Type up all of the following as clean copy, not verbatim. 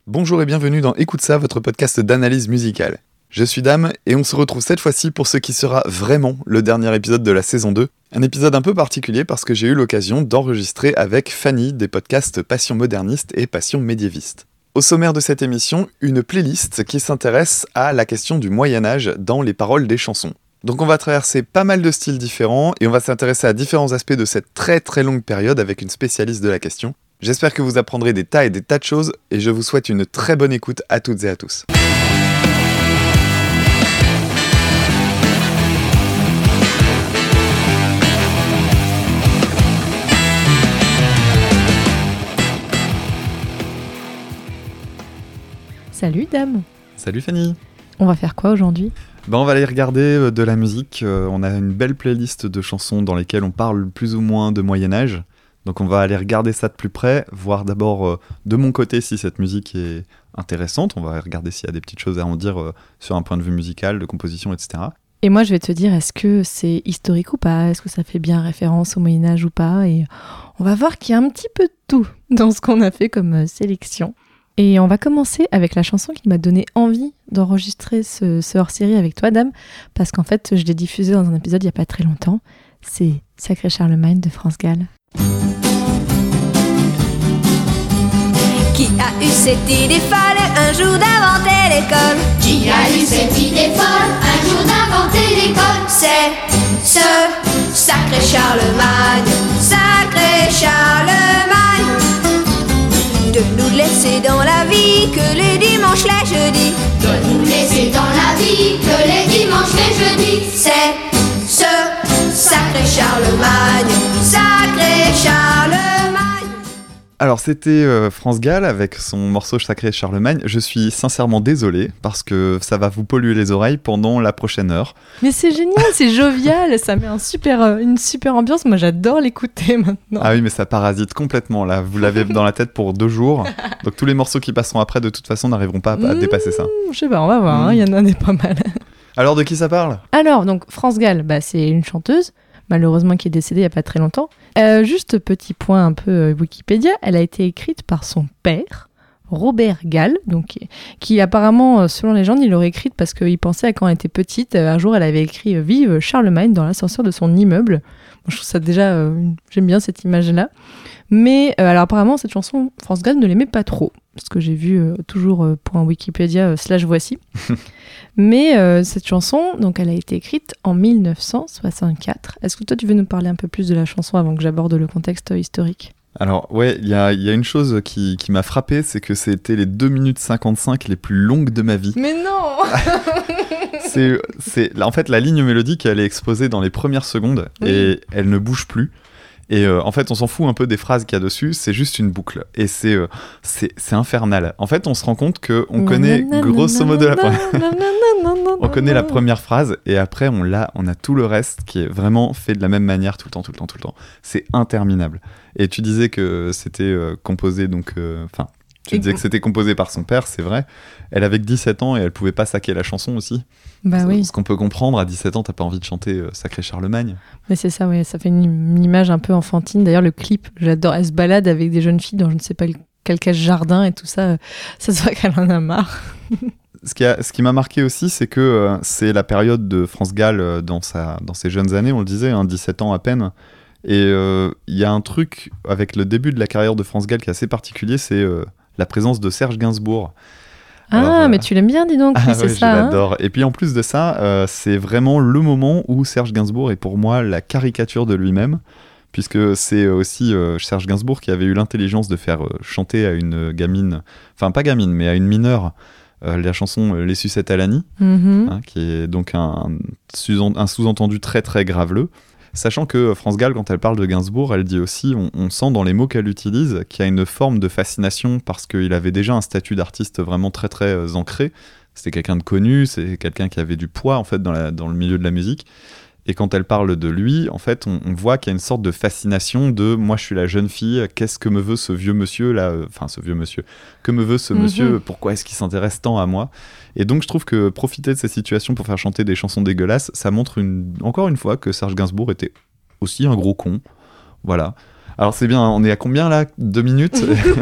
Bonjour et bienvenue dans Écoute ça, votre podcast d'analyse musicale. Je suis Dame et on se retrouve cette fois-ci pour ce qui sera vraiment le dernier épisode de la saison 2. Un épisode un peu particulier parce que j'ai eu l'occasion d'enregistrer avec Fanny des podcasts Passion moderniste et Passion médiéviste. Au sommaire de cette émission, une playlist qui s'intéresse à la question du Moyen-Âge dans les paroles des chansons. Donc on va traverser pas mal de styles différents et on va s'intéresser à différents aspects de cette très longue période avec une spécialiste de la question. J'espère que vous apprendrez des tas de choses et je vous souhaite une très bonne écoute à toutes et à tous. Salut Dame. Salut Fanny. On va faire quoi aujourd'hui ? On va aller regarder de la musique. On a une belle playlist de chansons dans lesquelles on parle plus ou moins de Moyen-Âge. Donc on va aller regarder ça de plus près, voir d'abord de mon côté si cette musique est intéressante. On va regarder s'il y a des petites choses à en dire sur un point de vue musical, de composition, etc. Et moi je vais te dire, est-ce que c'est historique ou pas ? Est-ce que ça fait bien référence au Moyen-Âge ou pas ? Et on va voir qu'il y a un petit peu de tout dans ce qu'on a fait comme sélection. Et on va commencer avec la chanson qui m'a donné envie d'enregistrer ce hors-série avec toi, Dame, parce qu'en fait, je l'ai diffusée dans un épisode il n'y a pas très longtemps. C'est Sacré Charlemagne de France Gall. Qui a eu cette idée folle un jour d'inventer l'école ? Qui a eu cette idée folle un jour d'inventer l'école ? C'est ce sacré Charlemagne, sacré Charlemagne. De nous laisser dans la vie que les dimanches, les jeudis. De nous laisser dans la vie que les dimanches, les jeudis. C'est ce sacré Charlemagne, sacré Charlemagne. Alors c'était France Gall avec son morceau Sacré Charlemagne. Je suis sincèrement désolé parce que ça va vous polluer les oreilles pendant la prochaine heure. Mais c'est génial, c'est jovial, ça met une super ambiance. Moi j'adore l'écouter maintenant. Ah oui, mais ça parasite complètement là. Vous l'avez dans la tête pour 2 jours. Donc tous les morceaux qui passeront après de toute façon n'arriveront pas à dépasser ça. Je sais pas, on va voir, il y en a des pas mal. Alors de qui ça parle ? Alors donc France Gall, c'est une chanteuse, malheureusement qui est décédée il n'y a pas très longtemps. Juste petit point un peu Wikipédia, elle a été écrite par son père, Robert Gall, donc, qui apparemment, selon les légende, il l'aurait écrite parce qu'il pensait à quand elle était petite. Un jour, elle avait écrit « Vive Charlemagne » dans l'ascenseur de son immeuble. Moi, je trouve ça déjà... j'aime bien cette image-là. Mais alors apparemment, cette chanson, France Gall ne l'aimait pas trop. Ce que j'ai vu toujours .wikipédia / voici. Mais cette chanson, donc, elle a été écrite en 1964. Est-ce que toi, tu veux nous parler un peu plus de la chanson avant que j'aborde le contexte historique ? Alors, ouais, il y a une chose qui m'a frappé, c'est que c'était les 2 minutes 55 les plus longues de ma vie. Mais non En fait, la ligne mélodique, elle est exposée dans les premières secondes et elle ne bouge plus. Et en fait, on s'en fout un peu des phrases qu'il y a dessus, c'est juste une boucle. Et c'est infernal. En fait, on se rend compte qu'on connaît grosso modo on connaît la première phrase et après, on a tout le reste qui est vraiment fait de la même manière tout le temps. C'est interminable. Et tu disais que c'était composé, donc... Tu disais que c'était composé par son père, c'est vrai. Elle avait que 17 ans et elle pouvait pas saquer la chanson aussi. Bah oui. Ce qu'on peut comprendre, à 17 ans, t'as pas envie de chanter Sacré Charlemagne. Mais c'est ça, ouais, ça fait une image un peu enfantine. D'ailleurs, le clip, j'adore. Elle se balade avec des jeunes filles dans je ne sais pas quel cache-jardin et tout ça. Ça se voit qu'elle en a marre. Ce qui m'a marqué aussi, c'est que c'est la période de France Gall dans ses jeunes années, on le disait, 17 ans à peine. Et il y a un truc avec le début de la carrière de France Gall qui est assez particulier, c'est la présence de Serge Gainsbourg. Alors, mais tu l'aimes bien, dis donc, c'est ouais, ça. Je l'adore. Et puis en plus de ça, c'est vraiment le moment où Serge Gainsbourg est pour moi la caricature de lui-même, puisque c'est aussi Serge Gainsbourg qui avait eu l'intelligence de faire chanter à une gamine, enfin pas gamine, mais à une mineure, la chanson Les sucettes à l'Annie, qui est donc un sous-entendu très graveleux. Sachant que France Gall, quand elle parle de Gainsbourg, elle dit aussi, on sent dans les mots qu'elle utilise, qu'il y a une forme de fascination parce qu'il avait déjà un statut d'artiste vraiment très ancré. C'était quelqu'un de connu, c'est quelqu'un qui avait du poids en fait dans le milieu de la musique. Et quand elle parle de lui, en fait, on voit qu'il y a une sorte de fascination de « moi, je suis la jeune fille, qu'est-ce que me veut ce vieux monsieur là ?» Enfin, ce vieux monsieur. Que me veut ce monsieur ? Pourquoi est-ce qu'il s'intéresse tant à moi ? Et donc, je trouve que profiter de ces situations pour faire chanter des chansons dégueulasses, ça montre encore une fois que Serge Gainsbourg était aussi un gros con. Voilà. Alors, c'est bien, on est à combien là ? 2 minutes ?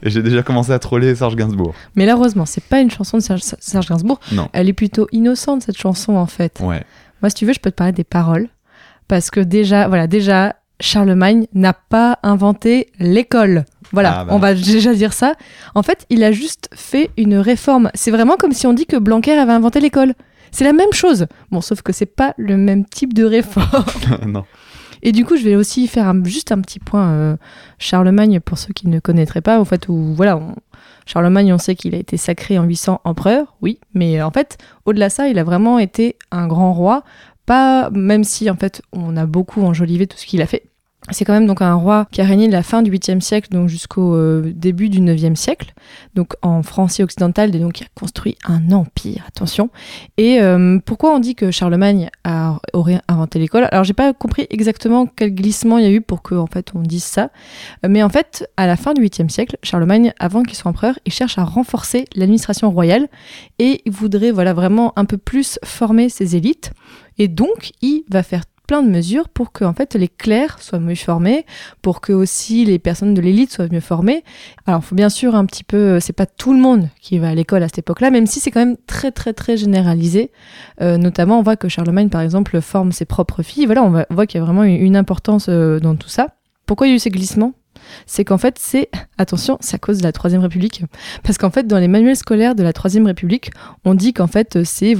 Et j'ai déjà commencé à troller Serge Gainsbourg. Mais là, heureusement, c'est pas une chanson de Serge Gainsbourg. Non. Elle est plutôt innocente, cette chanson, en fait. Ouais. Moi, si tu veux, je peux te parler des paroles. Parce que déjà, Charlemagne n'a pas inventé l'école. Voilà, Ah bah. on va déjà dire ça. En fait, il a juste fait une réforme. C'est vraiment comme si on dit que Blanquer avait inventé l'école. C'est la même chose. Bon, sauf que c'est pas le même type de réforme. Non. Et du coup, je vais aussi faire juste un petit point Charlemagne pour ceux qui ne connaîtraient pas. Au fait, Charlemagne, on sait qu'il a été sacré en 800 empereur, oui, mais en fait, au-delà de ça, il a vraiment été un grand roi. Pas, même si en fait, on a beaucoup enjolivé tout ce qu'il a fait. C'est quand même donc un roi qui a régné de la fin du 8e siècle donc jusqu'au début du 9e siècle, donc en Francie occidentale, et donc il a construit un empire, attention. Et pourquoi on dit que Charlemagne aurait inventé l'école ? Alors j'ai pas compris exactement quel glissement il y a eu pour que en fait on dise ça, mais en fait à la fin du 8e siècle, Charlemagne, avant qu'il soit empereur, il cherche à renforcer l'administration royale et il voudrait vraiment un peu plus former ses élites, et donc il va faire plein de mesures pour que en fait les clercs soient mieux formés, pour que aussi les personnes de l'élite soient mieux formées. Alors il faut bien sûr un petit peu, c'est pas tout le monde qui va à l'école à cette époque-là, même si c'est quand même très très très généralisé. Notamment on voit que Charlemagne par exemple forme ses propres filles. Voilà, on voit qu'il y a vraiment une importance dans tout ça. Pourquoi il y a eu ces glissements ? C'est qu'en fait, c'est à cause de la Troisième République. Parce qu'en fait, dans les manuels scolaires de la Troisième République, on dit qu'en fait, c'est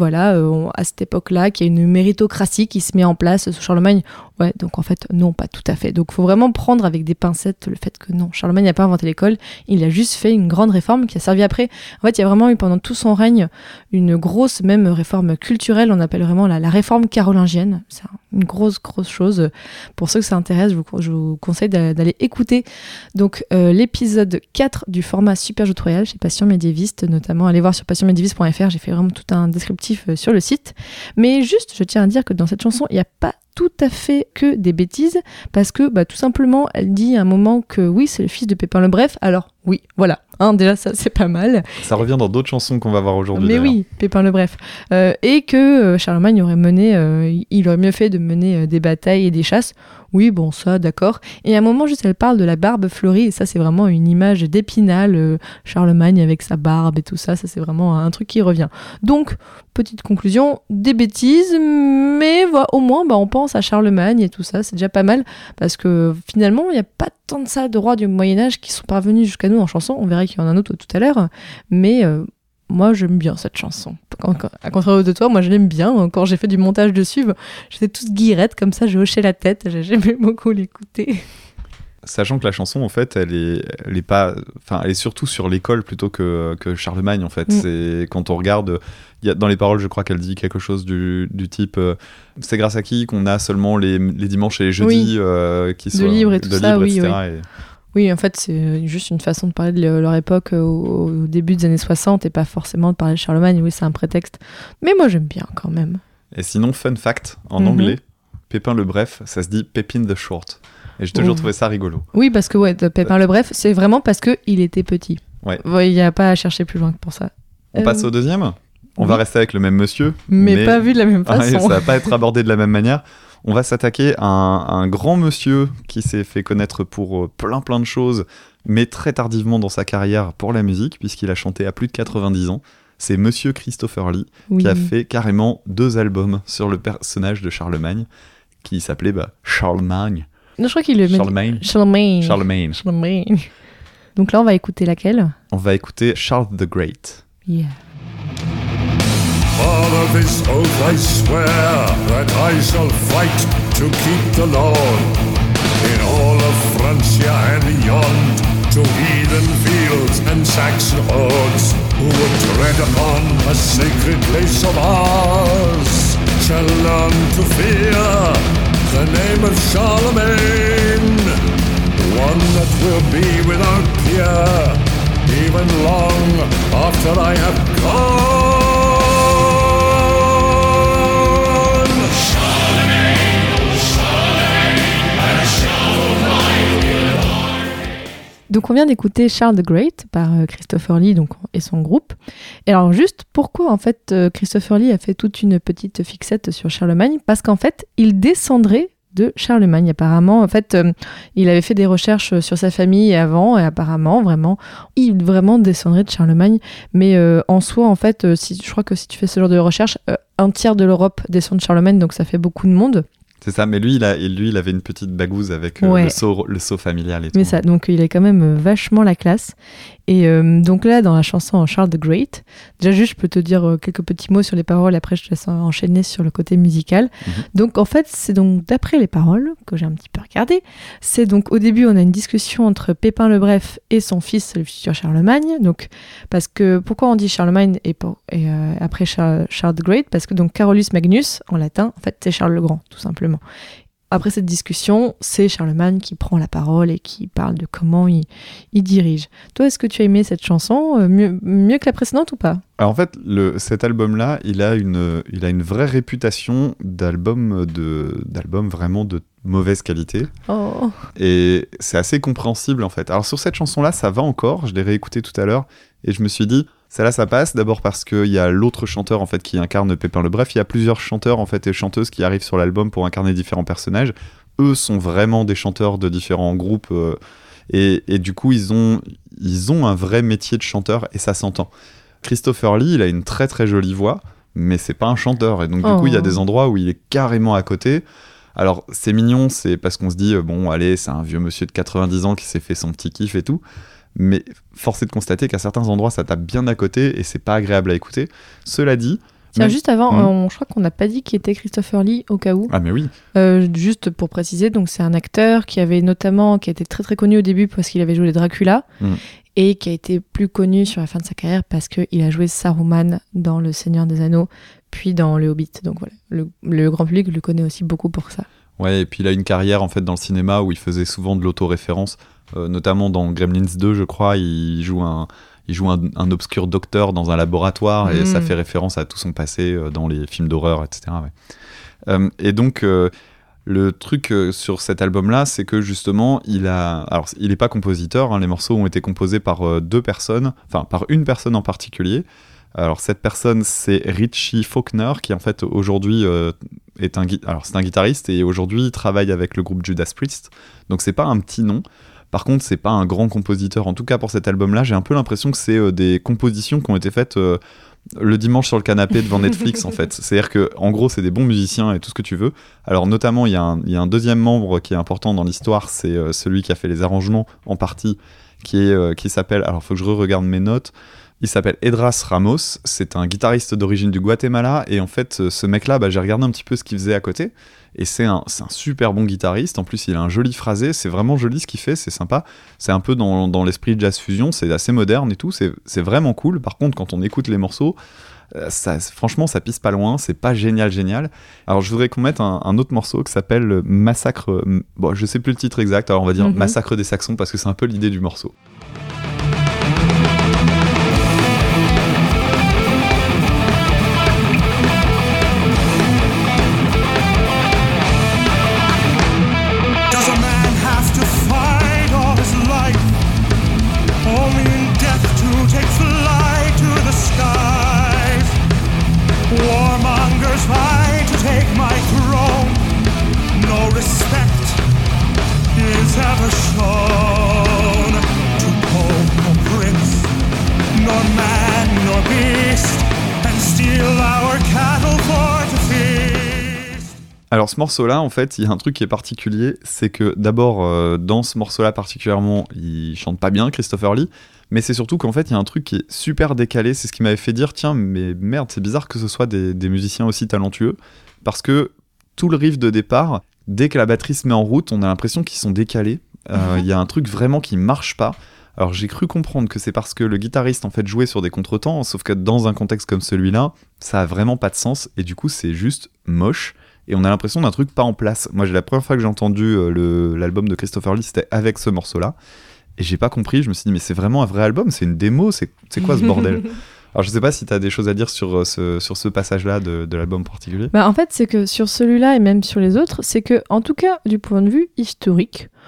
à cette époque-là qu'il y a une méritocratie qui se met en place sous Charlemagne. Ouais, donc en fait, non, pas tout à fait. Donc il faut vraiment prendre avec des pincettes le fait que non, Charlemagne n'a pas inventé l'école, il a juste fait une grande réforme qui a servi après. En fait, il y a vraiment eu pendant tout son règne une grosse même réforme culturelle, on appelle vraiment la réforme carolingienne. C'est une grosse chose. Pour ceux que ça intéresse, je vous conseille d'aller écouter donc l'épisode 4 du format Super Joute Royale chez Passion Médiéviste, notamment allez voir sur passionmédiéviste.fr, j'ai fait vraiment tout un descriptif sur le site. Mais juste, je tiens à dire que dans cette chanson, il n'y a pas tout à fait que des bêtises, parce que tout simplement elle dit à un moment que oui, c'est le fils de Pépin le Bref. Alors oui, voilà, déjà ça c'est pas mal. Ça revient dans d'autres chansons qu'on va voir aujourd'hui. Mais d'ailleurs. oui, Pépin le Bref. Et que Charlemagne aurait il aurait mieux fait de mener des batailles et des chasses. Oui, bon, ça, d'accord. Et à un moment, juste, elle parle de la barbe fleurie, et ça, c'est vraiment une image d'Épinal, Charlemagne avec sa barbe et tout ça, c'est vraiment un truc qui revient. Donc, petite conclusion, des bêtises, mais au moins, on pense à Charlemagne et tout ça, c'est déjà pas mal, parce que finalement, il n'y a pas tant de ça de rois du Moyen-Âge qui sont parvenus jusqu'à nous en chanson, on verra qu'il y en a un autre tout à l'heure, mais moi, j'aime bien cette chanson. À contraire de toi, moi, je l'aime bien. Quand j'ai fait du montage dessus, j'étais toute guirette, comme ça, j'ai hoché la tête. J'aimais beaucoup l'écouter. Sachant que la chanson, en fait, elle est surtout sur l'école plutôt que Charlemagne, en fait. C'est quand on regarde, dans les paroles, je crois qu'elle dit quelque chose du type c'est grâce à qui qu'on a seulement les dimanches et les jeudis qui sont de libre et tout ça, oui, etc. Oui. Oui, en fait, c'est juste une façon de parler de leur époque au début des années 60 et pas forcément de parler de Charlemagne. Oui, c'est un prétexte. Mais moi, j'aime bien quand même. Et sinon, fun fact, en anglais, Pépin le Bref, ça se dit Pépin the Short. Et j'ai toujours trouvé ça rigolo. Oui, parce que Pépin le Bref, c'est vraiment parce qu'il était petit. Ouais. Il n'y a pas à chercher plus loin que pour ça. On passe au deuxième ? On va rester avec le même monsieur. Mais pas vu de la même façon. Ça va pas être abordé de la même manière. On va s'attaquer à un grand monsieur qui s'est fait connaître pour plein de choses, mais très tardivement dans sa carrière pour la musique, puisqu'il a chanté à plus de 90 ans. C'est Monsieur Christopher Lee, qui a fait carrément 2 albums sur le personnage de Charlemagne, qui s'appelait Charlemagne. Non, je crois qu'il le met... Charlemagne. Donc là, on va écouter laquelle ? On va écouter Charles the Great. Yeah. For this oath I swear that I shall fight to keep the law in all of Francia and beyond, to heathen fields and Saxon hordes who would tread upon a sacred place of ours shall learn to fear the name of Charlemagne, one that will be without peer even long after I have gone. Donc on vient d'écouter Charles the Great par Christopher Lee et son groupe. Et alors juste pourquoi en fait Christopher Lee a fait toute une petite fixette sur Charlemagne ? Parce qu'en fait il descendrait de Charlemagne. Apparemment, en fait, il avait fait des recherches sur sa famille avant, et apparemment, il descendrait de Charlemagne. Mais en soi, en fait, je crois que si tu fais ce genre de recherche, un tiers de l'Europe descend de Charlemagne, donc ça fait beaucoup de monde. C'est ça, mais lui, il avait une petite bagouze avec Ouais. le seau familial et tout. Mais ça, donc il est quand même vachement la classe. Et donc là, dans la chanson Charles the Great, déjà juste, je peux te dire quelques petits mots sur les paroles, après je te laisse enchaîner sur le côté musical. Donc en fait, c'est donc d'après les paroles, que j'ai un petit peu regardé, c'est donc au début, on a une discussion entre Pépin le Bref et son fils, le futur Charlemagne. Donc, parce que, pourquoi on dit Charlemagne et après Charles the Great? Parce que donc Carolus Magnus, en latin, en fait, c'est Charles le Grand, tout simplement. Après cette discussion, c'est Charlemagne qui prend la parole et qui parle de comment il dirige. Toi, est-ce que tu as aimé cette chanson mieux que la précédente ou pas? Alors en fait, cet album-là, il a une vraie réputation d'album vraiment de mauvaise qualité. Oh. Et c'est assez compréhensible en fait. Alors sur cette chanson-là, ça va encore. Je l'ai réécoutée tout à l'heure et je me suis dit, celle-là, ça passe. D'abord parce qu'il y a l'autre chanteur en fait qui incarne Pépin le Bref. Il y a plusieurs chanteurs en fait et chanteuses qui arrivent sur l'album pour incarner différents personnages. Eux sont vraiment des chanteurs de différents groupes et du coup ils ont un vrai métier de chanteur et ça s'entend. Christopher Lee, il a une très très jolie voix, mais c'est pas un chanteur et donc du coup il y a des endroits où il est carrément à côté. Alors c'est mignon, c'est parce qu'on se dit bon allez, c'est un vieux monsieur de 90 ans qui s'est fait son petit kiff et tout. Mais force est de constater qu'à certains endroits ça tape bien à côté et c'est pas agréable à écouter. Cela dit, tiens, juste avant, je crois qu'on n'a pas dit qui était Christopher Lee au cas où. Ah mais oui. Juste pour préciser, donc c'est un acteur qui a été très très connu au début parce qu'il avait joué les Dracula et qui a été plus connu sur la fin de sa carrière parce qu'il a joué Saruman dans Le Seigneur des Anneaux puis dans Le Hobbit. Donc voilà, le grand public le connaît aussi beaucoup pour ça. Ouais, et puis il a une carrière en fait dans le cinéma où il faisait souvent de l'autoréférence, notamment dans Gremlins 2, je crois, il joue un obscur docteur dans un laboratoire et ça fait référence à tout son passé dans les films d'horreur, etc. Ouais. Et donc le truc sur cet album-là, c'est que justement, il n'est pas compositeur, hein, les morceaux ont été composés par deux personnes, enfin par une personne en particulier. Alors cette personne, c'est Richie Faulkner, qui en fait aujourd'hui c'est un guitariste et aujourd'hui il travaille avec le groupe Judas Priest. Donc c'est pas un petit nom. Par contre, c'est pas un grand compositeur. En tout cas pour cet album-là, j'ai un peu l'impression que c'est des compositions qui ont été faites le dimanche sur le canapé devant Netflix en fait. C'est-à-dire que en gros, c'est des bons musiciens et tout ce que tu veux. Alors notamment, il y a un deuxième membre qui est important dans l'histoire, c'est celui qui a fait les arrangements en partie, qui s'appelle. Alors faut que je regarde mes notes. Il s'appelle Edras Ramos, c'est un guitariste d'origine du Guatemala, et en fait, ce mec-là, j'ai regardé un petit peu ce qu'il faisait à côté, et c'est un super bon guitariste, en plus il a un joli phrasé, c'est vraiment joli ce qu'il fait, c'est sympa, c'est un peu dans l'esprit de jazz fusion, c'est assez moderne et tout, c'est vraiment cool. Par contre, quand on écoute les morceaux, franchement, ça pisse pas loin, c'est pas génial. Alors je voudrais qu'on mette un autre morceau qui s'appelle Massacre, je sais plus le titre exact, alors on va dire Massacre des Saxons, parce que c'est un peu l'idée du morceau. Alors ce morceau-là, en fait, il y a un truc qui est particulier, c'est que d'abord, dans ce morceau-là particulièrement, il chante pas bien, Christopher Lee, mais c'est surtout qu'en fait, il y a un truc qui est super décalé, c'est ce qui m'avait fait dire, tiens, mais merde, c'est bizarre que ce soit des musiciens aussi talentueux, parce que tout le riff de départ, dès que la batterie se met en route, on a l'impression qu'ils sont décalés, il y a un truc vraiment qui marche pas. Alors j'ai cru comprendre que c'est parce que le guitariste en fait jouait sur des contretemps, sauf que dans un contexte comme celui-là, ça a vraiment pas de sens, et du coup c'est juste moche. Et on a l'impression d'un truc pas en place. Moi, la première fois que j'ai entendu l'album de Christopher Lee, c'était avec ce morceau-là. Et j'ai pas compris, je me suis dit, mais c'est vraiment un vrai album, c'est une démo, c'est quoi ce bordel? Alors, je sais pas si t'as des choses à dire sur ce passage-là de l'album en particulier. En fait, c'est que sur celui-là et même sur les autres, c'est que, en tout cas, du point de vue historique,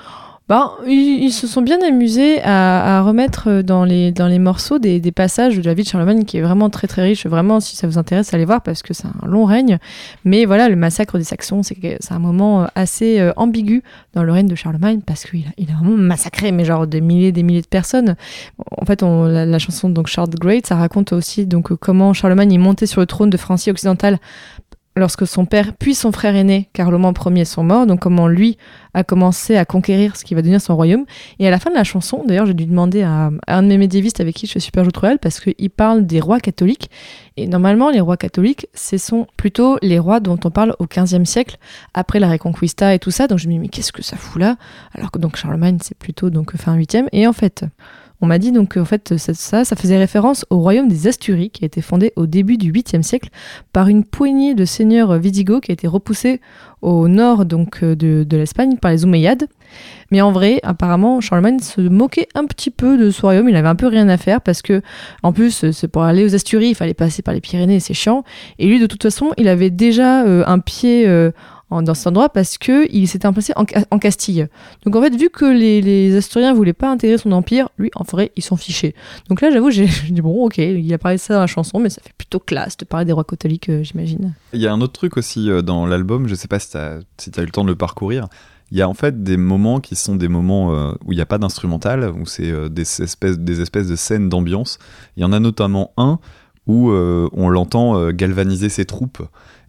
Ils se sont bien amusés à remettre dans les morceaux des passages de la vie de Charlemagne qui est vraiment très très riche. Vraiment, si ça vous intéresse, allez voir parce que c'est un long règne. Mais voilà, le massacre des Saxons, c'est un moment assez ambigu dans le règne de Charlemagne parce qu'il a vraiment massacré, mais genre des milliers de personnes. En fait, la chanson donc Charles the Great, ça raconte aussi donc comment Charlemagne est monté sur le trône de Francie occidentale lorsque son père puis son frère aîné, Carloman Ier, sont morts, donc comment lui a commencé à conquérir ce qui va devenir son royaume. Et à la fin de la chanson, d'ailleurs, j'ai dû demander à un de mes médiévistes avec qui je fais Super Joute Royale, parce qu'il parle des rois catholiques. Et normalement, les rois catholiques, ce sont plutôt les rois dont on parle au XVe siècle, après la Reconquista et tout ça. Donc je me dis, mais qu'est-ce que ça fout là ? Alors que donc Charlemagne, c'est plutôt donc fin 8e. Et en fait... on m'a dit donc en fait ça faisait référence au royaume des Asturies qui a été fondé au début du 8e siècle par une poignée de seigneurs visigoths qui a été repoussée au nord donc de l'Espagne par les Omeyyades. Mais en vrai, apparemment, Charlemagne se moquait un petit peu de ce royaume, il avait un peu rien à faire parce que en plus, c'est pour aller aux Asturies, il fallait passer par les Pyrénées, c'est chiant. Et lui, de toute façon, il avait déjà un pied dans cet endroit parce qu'il s'était implacé en Castille. Donc en fait, vu que les Asturiens voulaient pas intégrer son empire, lui, en vrai, ils s'en fichaient. Donc là, j'avoue, j'ai dit bon, ok, il a parlé de ça dans la chanson, mais ça fait plutôt classe de parler des rois catholiques, j'imagine. Il y a un autre truc aussi dans l'album, je sais pas si t'as eu le temps de le parcourir. Il y a en fait des moments qui sont des moments où il n'y a pas d'instrumental, où c'est des espèces de scènes d'ambiance. Il y en a notamment un où on l'entend galvaniser ses troupes.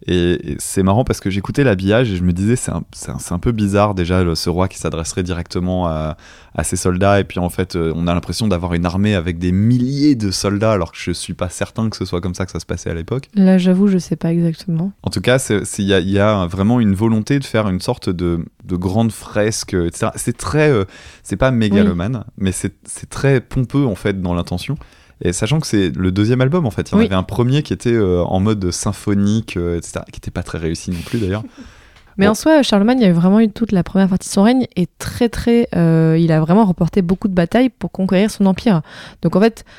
Et c'est marrant parce que j'écoutais l'habillage et je me disais c'est un peu bizarre déjà ce roi qui s'adresserait directement à ses soldats et puis en fait on a l'impression d'avoir une armée avec des milliers de soldats alors que je suis pas certain que ce soit comme ça que ça se passait à l'époque. Là j'avoue je sais pas exactement. En tout cas il y a vraiment une volonté de faire une sorte de grande fresque etc. C'est très c'est pas mégalomane mais c'est très pompeux en fait dans l'intention. Et sachant que c'est le deuxième album en fait, il y en avait un premier qui était en mode symphonique, etc., qui n'était pas très réussi non plus d'ailleurs. Mais en soi, Charlemagne, il y a vraiment eu toute la première partie de son règne et il a vraiment remporté beaucoup de batailles pour conquérir son empire. Donc en fait,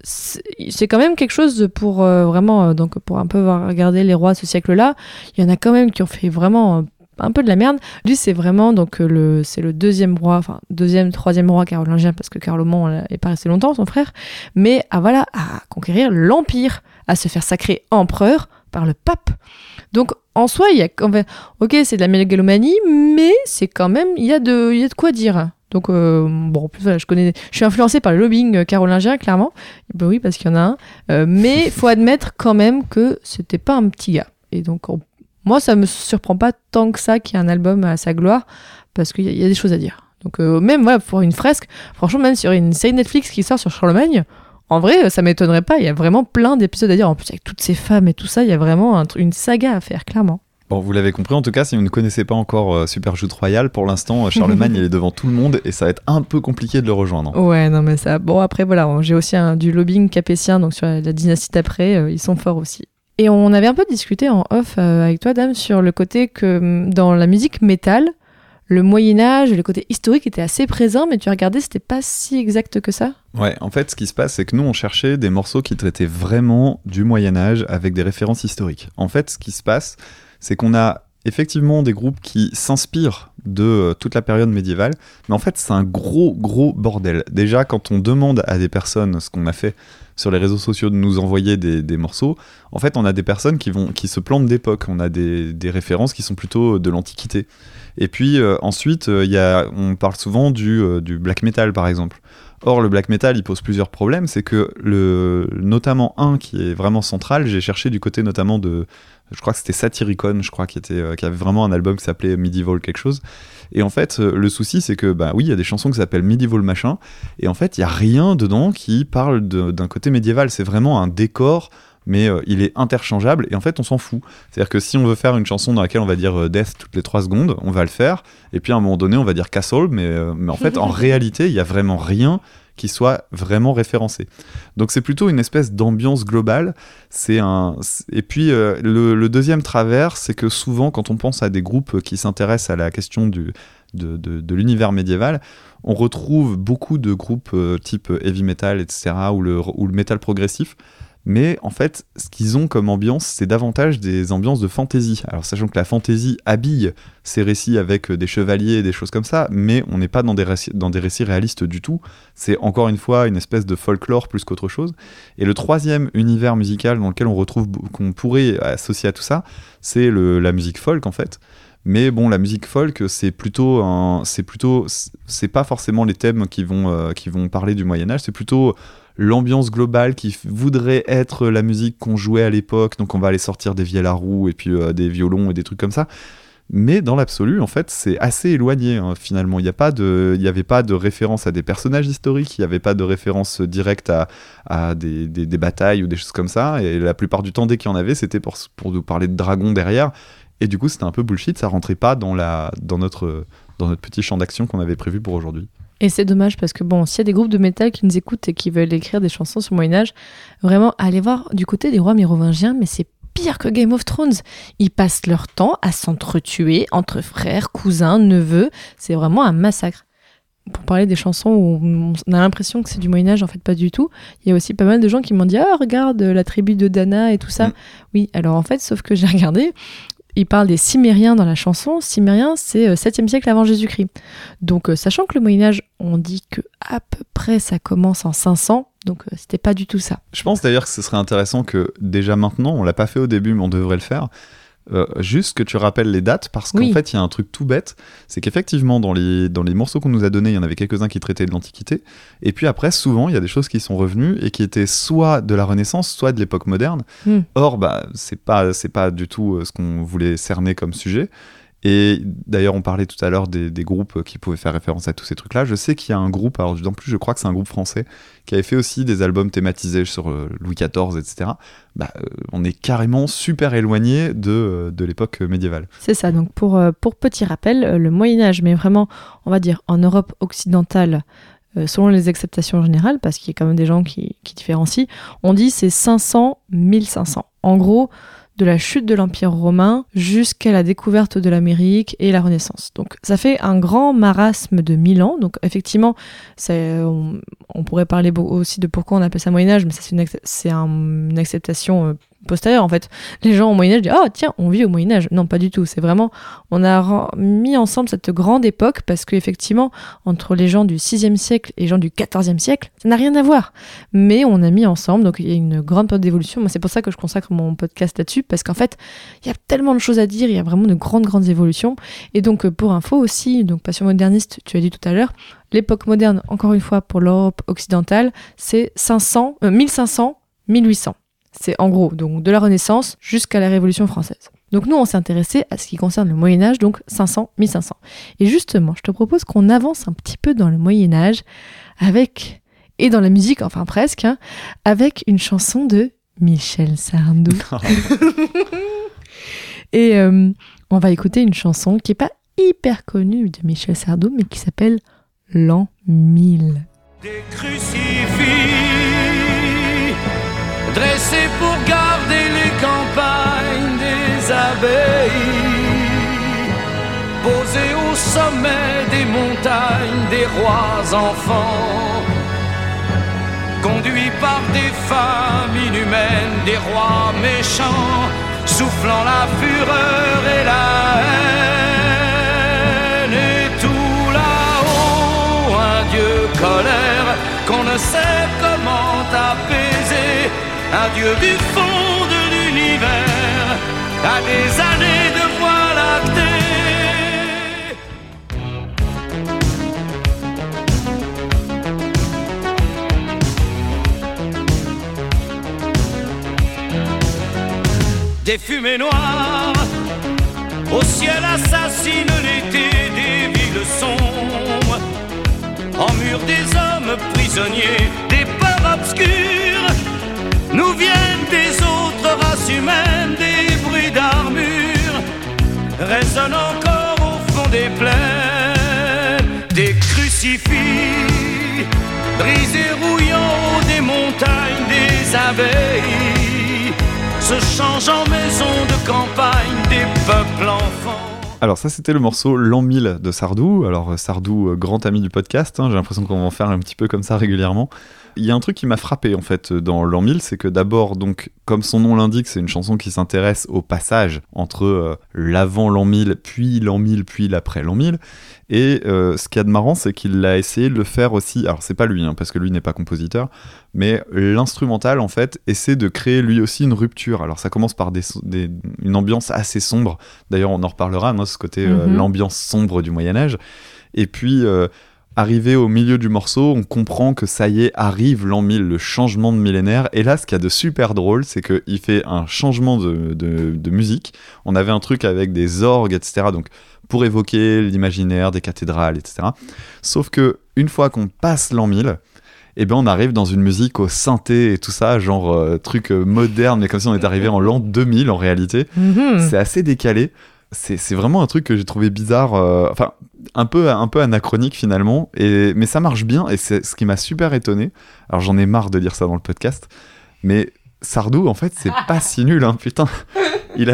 c'est quand même quelque chose pour vraiment, donc pour un peu regarder les rois de ce siècle-là, il y en a quand même qui ont fait vraiment un peu de la merde. Lui, c'est vraiment donc c'est le deuxième roi, enfin troisième roi carolingien parce que Carloman est pas resté longtemps, son frère, mais à conquérir l'empire, à se faire sacrer empereur par le pape. Donc en soi, il y a ok, c'est de la mégalomanie, mais c'est quand même il y a de quoi dire. Donc bon, en plus voilà, je suis influencée par le lobbying carolingien clairement. Ben oui, parce qu'il y en a un, mais faut admettre quand même que c'était pas un petit gars. Et donc moi, ça me surprend pas tant que ça qu'il y ait un album à sa gloire, parce qu'il y a des choses à dire. Donc même voilà, pour une fresque, franchement, même sur une série Netflix qui sort sur Charlemagne, en vrai, ça m'étonnerait pas. Il y a vraiment plein d'épisodes à dire. En plus, avec toutes ces femmes et tout ça, il y a vraiment une saga à faire, clairement. Bon, vous l'avez compris, en tout cas, si vous ne connaissez pas encore Super Joute Royale, pour l'instant, Charlemagne, il est devant tout le monde et ça va être un peu compliqué de le rejoindre. Ouais, non, mais ça... Bon, après, voilà, j'ai aussi du lobbying capétien, donc sur la dynastie d'après, ils sont forts aussi. Et on avait un peu discuté en off avec toi, Dame, sur le côté que dans la musique métal, le Moyen-Âge, le côté historique était assez présent, mais tu as regardé, c'était pas si exact que ça. Ouais, en fait, ce qui se passe, c'est que nous, on cherchait des morceaux qui traitaient vraiment du Moyen-Âge avec des références historiques. En fait, ce qui se passe, c'est qu'on a effectivement des groupes qui s'inspirent de toute la période médiévale, mais en fait, c'est un gros bordel. Déjà, quand on demande à des personnes ce qu'on a fait sur les réseaux sociaux de nous envoyer des morceaux, en fait, on a des personnes qui se plantent d'époque. On a des références qui sont plutôt de l'Antiquité. Et puis ensuite, on parle souvent du black metal, par exemple. Or, le black metal, il pose plusieurs problèmes. C'est que, notamment un qui est vraiment central, j'ai cherché du côté notamment je crois que c'était Satyricon, je crois, qui avait vraiment un album qui s'appelait Medieval quelque chose. Et en fait, le souci, c'est que, bah oui, il y a des chansons qui s'appellent Medieval machin, et en fait, il n'y a rien dedans qui parle d'un côté médiéval. C'est vraiment un décor, mais il est interchangeable, et en fait, on s'en fout. C'est-à-dire que si on veut faire une chanson dans laquelle on va dire Death toutes les 3 secondes, on va le faire, et puis à un moment donné, on va dire Castle, mais en fait, en réalité, il n'y a vraiment rien qui soit vraiment référencé. Donc c'est plutôt une espèce d'ambiance globale. Et puis le deuxième travers, c'est que souvent quand on pense à des groupes qui s'intéressent à la question de l'univers médiéval, on retrouve beaucoup de groupes type heavy metal, etc., ou le metal progressif, Mais en fait, ce qu'ils ont comme ambiance, c'est davantage des ambiances de fantasy. Alors sachant que la fantasy habille ces récits avec des chevaliers et des choses comme ça, mais on n'est pas dans des récits réalistes du tout. C'est encore une fois une espèce de folklore plus qu'autre chose. Et le troisième univers musical dans lequel qu'on pourrait associer à tout ça, c'est la musique folk en fait. Mais bon, la musique folk, c'est pas forcément les thèmes qui vont parler du Moyen-Âge, c'est plutôt l'ambiance globale qui voudrait être la musique qu'on jouait à l'époque, donc on va aller sortir des vielles à roue et puis des violons et des trucs comme ça. Mais dans l'absolu, en fait, c'est assez éloigné, hein, finalement. Il n'y avait pas de référence à des personnages historiques, il n'y avait pas de référence directe à des batailles ou des choses comme ça, et la plupart du temps, dès qu'il y en avait, c'était pour nous parler de dragons derrière, et du coup, c'était un peu bullshit, ça rentrait pas dans notre petit champ d'action qu'on avait prévu pour aujourd'hui. Et c'est dommage parce que bon, s'il y a des groupes de métal qui nous écoutent et qui veulent écrire des chansons sur le Moyen-Âge, vraiment, allez voir du côté des rois mérovingiens, mais c'est pire que Game of Thrones. Ils passent leur temps à s'entretuer entre frères, cousins, neveux. C'est vraiment un massacre. Pour parler des chansons où on a l'impression que c'est du Moyen-Âge, en fait, pas du tout. Il y a aussi pas mal de gens qui m'ont dit « Ah, regarde, la tribu de Dana et tout ça. » Oui, alors en fait, sauf que j'ai regardé... Il parle des Cimériens dans la chanson. Cimériens, c'est 7e siècle avant Jésus-Christ. Donc, sachant que le Moyen-Âge, on dit que à peu près ça commence en 500, donc c'était pas du tout ça. Je pense d'ailleurs que ce serait intéressant que, déjà maintenant, on l'a pas fait au début, mais on devrait le faire, juste que tu rappelles les dates, parce qu'en fait, il y a un truc tout bête, c'est qu'effectivement, dans les morceaux qu'on nous a donnés, il y en avait quelques-uns qui traitaient de l'Antiquité, et puis après, souvent, il y a des choses qui sont revenues, et qui étaient soit de la Renaissance, soit de l'époque moderne. Or, c'est pas du tout ce qu'on voulait cerner comme sujet. Et d'ailleurs, on parlait tout à l'heure des groupes qui pouvaient faire référence à tous ces trucs-là. Je sais qu'il y a un groupe, alors en plus je crois que c'est un groupe français, qui avait fait aussi des albums thématisés sur Louis XIV, etc. On est carrément super éloigné de l'époque médiévale. C'est ça, donc pour petit rappel, le Moyen-Âge, mais vraiment, on va dire, en Europe occidentale, selon les acceptations générales, parce qu'il y a quand même des gens qui différencient, on dit c'est 500-1500. En gros, de la chute de l'Empire romain jusqu'à la découverte de l'Amérique et la Renaissance. Donc ça fait un grand marasme de 1000 ans. Donc effectivement, on pourrait parler aussi de pourquoi on appelle ça Moyen-Âge, mais ça c'est une acceptation postérieure en fait. Les gens au Moyen-Âge disent « Oh tiens, on vit au Moyen-Âge ». Non, pas du tout. C'est vraiment, on a mis ensemble cette grande époque parce qu'effectivement, entre les gens du 6e siècle et les gens du 14e siècle, ça n'a rien à voir. Mais on a mis ensemble, donc il y a une grande période d'évolution. Moi, c'est pour ça que je consacre mon podcast là-dessus, parce qu'en fait, il y a tellement de choses à dire, il y a vraiment de grandes évolutions. Et donc, pour info aussi, donc Passion moderniste, tu as dit tout à l'heure, l'époque moderne, encore une fois, pour l'Europe occidentale, c'est 1500-1800. C'est en gros donc de la Renaissance jusqu'à la Révolution française. Donc nous, on s'est intéressé à ce qui concerne le Moyen-Âge, donc 500-1500. Et justement, je te propose qu'on avance un petit peu dans le Moyen-Âge et dans la musique, enfin presque, avec une chanson de Michel Sardou. Et on va écouter une chanson qui n'est pas hyper connue de Michel Sardou, mais qui s'appelle L'an 1000. Des crucifix dressés pour garder les campagnes des abbayes, posés au sommet des montagnes des rois enfants, conduits par des femmes inhumaines, des rois méchants, soufflant la fureur et la haine, et tout là-haut un Dieu colère qu'on ne sait comment apaiser, un Dieu du fond de l'univers, à des années de voie lactée. Des fumées noires au ciel assassinent l'été, des villes sombres, en mur des hommes prisonniers, des peurs obscures nous viennent des autres races humaines, des bruits d'armure résonnent encore au fond des plaines, des crucifix brisés rouillant des montagnes, des abeilles se changent en maisons de campagne, des peuples enfants. Alors ça c'était le morceau L'an 1000 de Sardou. Alors Sardou, grand ami du podcast, j'ai l'impression qu'on va en faire un petit peu comme ça régulièrement. Il y a un truc qui m'a frappé en fait dans l'an 1000, c'est que d'abord, donc, comme son nom l'indique, c'est une chanson qui s'intéresse au passage entre l'avant l'an 1000, puis l'an 1000, puis l'après l'an 1000. Et ce qu'il y a de marrant, c'est qu'il a essayé de le faire aussi. Alors, c'est pas lui, parce que lui n'est pas compositeur, mais l'instrumental, en fait, essaie de créer lui aussi une rupture. Alors, ça commence par une ambiance assez sombre. D'ailleurs, on en reparlera, ce côté l'ambiance sombre du Moyen-Âge. Et puis, arrivé au milieu du morceau, on comprend que ça y est, arrive l'an 1000, le changement de millénaire. Et là, ce qu'il y a de super drôle, c'est qu'il fait un changement de musique. On avait un truc avec des orgues, etc. Donc, pour évoquer l'imaginaire des cathédrales, etc. Sauf que une fois qu'on passe l'an 1000, on arrive dans une musique au synthé et tout ça, genre truc moderne, mais comme si on était arrivé en l'an 2000 en réalité. C'est assez décalé. C'est vraiment un truc que j'ai trouvé bizarre, un peu anachronique finalement, mais ça marche bien, et c'est ce qui m'a super étonné. Alors j'en ai marre de dire ça dans le podcast, mais Sardou, en fait, c'est pas si nul, putain. Donc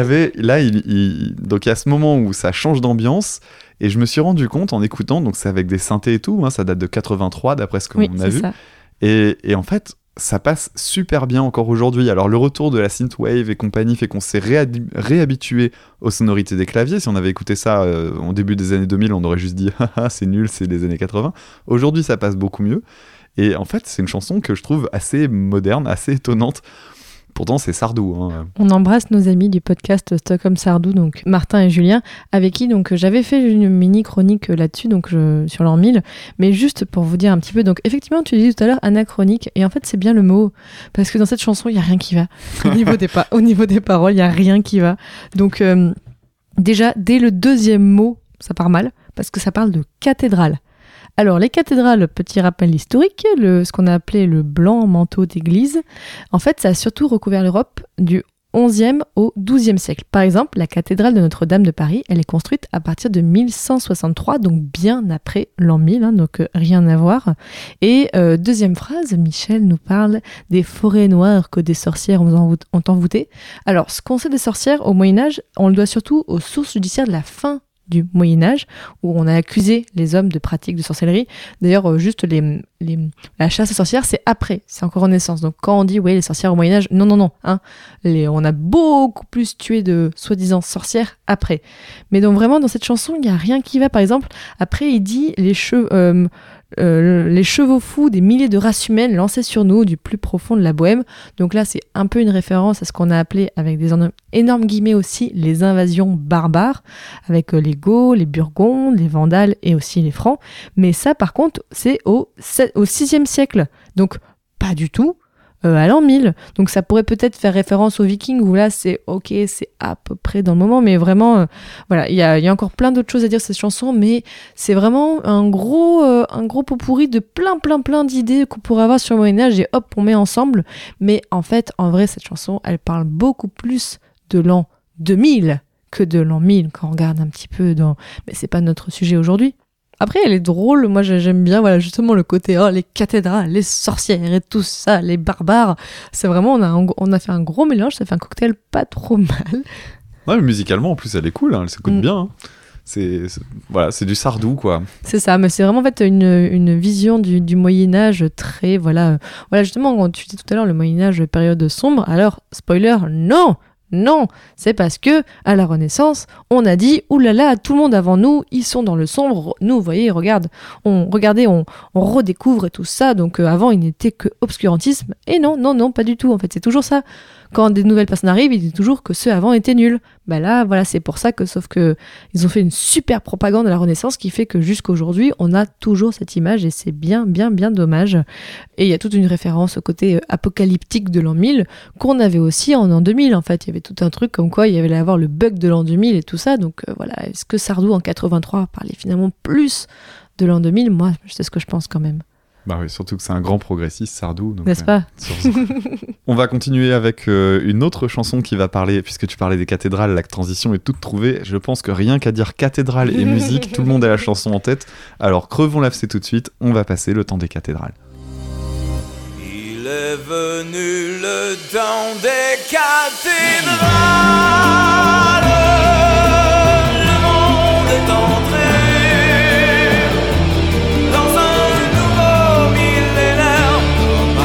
il y a ce moment où ça change d'ambiance, et je me suis rendu compte en écoutant, donc c'est avec des synthés et tout, ça date de 83 d'après ce qu'on a vu, et en fait, ça passe super bien encore aujourd'hui. Alors le retour de la synthwave et compagnie fait qu'on s'est réhabitué aux sonorités des claviers. Si on avait écouté ça au début des années 2000, on aurait juste dit c'est nul, c'est des années 80. Aujourd'hui, ça passe beaucoup mieux. Et en fait, c'est une chanson que je trouve assez moderne, assez étonnante. Pourtant, c'est Sardou. On embrasse nos amis du podcast Stockholm Sardou, donc Martin et Julien, avec qui donc j'avais fait une mini chronique là-dessus, donc sur l'an 1000. Mais juste pour vous dire un petit peu, donc effectivement, tu disais tout à l'heure anachronique, et en fait, c'est bien le mot, parce que dans cette chanson, il n'y a rien qui va. Au niveau des paroles, il n'y a rien qui va. Donc, déjà, dès le deuxième mot, ça part mal, parce que ça parle de cathédrale. Alors, les cathédrales, petit rappel historique, ce qu'on a appelé le blanc manteau d'église, en fait, ça a surtout recouvert l'Europe du 11e au 12e siècle. Par exemple, la cathédrale de Notre-Dame de Paris, elle est construite à partir de 1163, donc bien après l'an 1000, donc rien à voir. Et deuxième phrase, Michel nous parle des forêts noires que des sorcières ont envoûtées. Alors, ce qu'on sait des sorcières au Moyen-Âge, on le doit surtout aux sources judiciaires de la fin du Moyen-Âge, où on a accusé les hommes de pratiques de sorcellerie. D'ailleurs, juste la chasse aux sorcières, c'est après, c'est encore Renaissance. Donc quand on dit, les sorcières au Moyen-Âge, non, on a beaucoup plus tué de soi-disant sorcières après. Mais donc vraiment, dans cette chanson, il n'y a rien qui va. Par exemple, après, il dit les chevaux fous des milliers de races humaines lancés sur nous du plus profond de la Bohème. Donc là, c'est un peu une référence à ce qu'on a appelé, avec des énormes guillemets aussi, les invasions barbares, avec les Goths, les Burgondes, les Vandales et aussi les Francs. Mais ça, par contre, c'est au 6e siècle. Donc, pas du tout à l'an 1000. Donc ça pourrait peut-être faire référence aux Vikings, où là c'est ok, c'est à peu près dans le moment, mais vraiment il y a encore plein d'autres choses à dire sur cette chanson, mais c'est vraiment un gros pot pourri de plein d'idées qu'on pourrait avoir sur le Moyen-Âge, et hop, on met ensemble. Mais en fait, en vrai, cette chanson, elle parle beaucoup plus de l'an 2000 que de l'an 1000, quand on regarde un petit peu mais c'est pas notre sujet aujourd'hui. Après, elle est drôle, moi j'aime bien justement le côté les cathédrales, les sorcières et tout ça, les barbares. C'est vraiment, on a fait un gros mélange, ça fait un cocktail pas trop mal. Ouais, mais musicalement en plus elle est cool, elle s'écoute bien. C'est du Sardou quoi. C'est ça, mais c'est vraiment en fait une vision du Moyen-Âge très justement, quand tu dis tout à l'heure le Moyen-Âge période sombre, alors spoiler, non, c'est parce que à la Renaissance, on a dit oulala, tout le monde avant nous, ils sont dans le sombre. Nous, vous voyez, on redécouvre et tout ça. Donc avant, il n'était que obscurantisme. Et non, pas du tout. En fait, c'est toujours ça. Quand des nouvelles personnes arrivent, ils disent toujours que ceux avant étaient nuls. Là, c'est pour ça que, sauf que ils ont fait une super propagande à la Renaissance qui fait que jusqu'à aujourd'hui, on a toujours cette image, et c'est bien dommage. Et il y a toute une référence au côté apocalyptique de l'an 1000 qu'on avait aussi en an 2000. En fait, il y avait tout un truc comme quoi il y avait à avoir le bug de l'an 2000 et tout ça. Donc est-ce que Sardou en 83 parlait finalement plus de l'an 2000 ? Moi, c'est ce que je pense quand même. Bah oui, surtout que c'est un grand progressiste, Sardou. Donc, n'est-ce pas ? On va continuer avec une autre chanson qui va parler, puisque tu parlais des cathédrales, la transition est toute trouvée. Je pense que rien qu'à dire cathédrale et musique, tout le monde a la chanson en tête. Alors crevons l'abcès tout de suite, on va passer le temps des cathédrales. Il est venu le temps des cathédrales, le monde est entré dans un nouveau millénaire,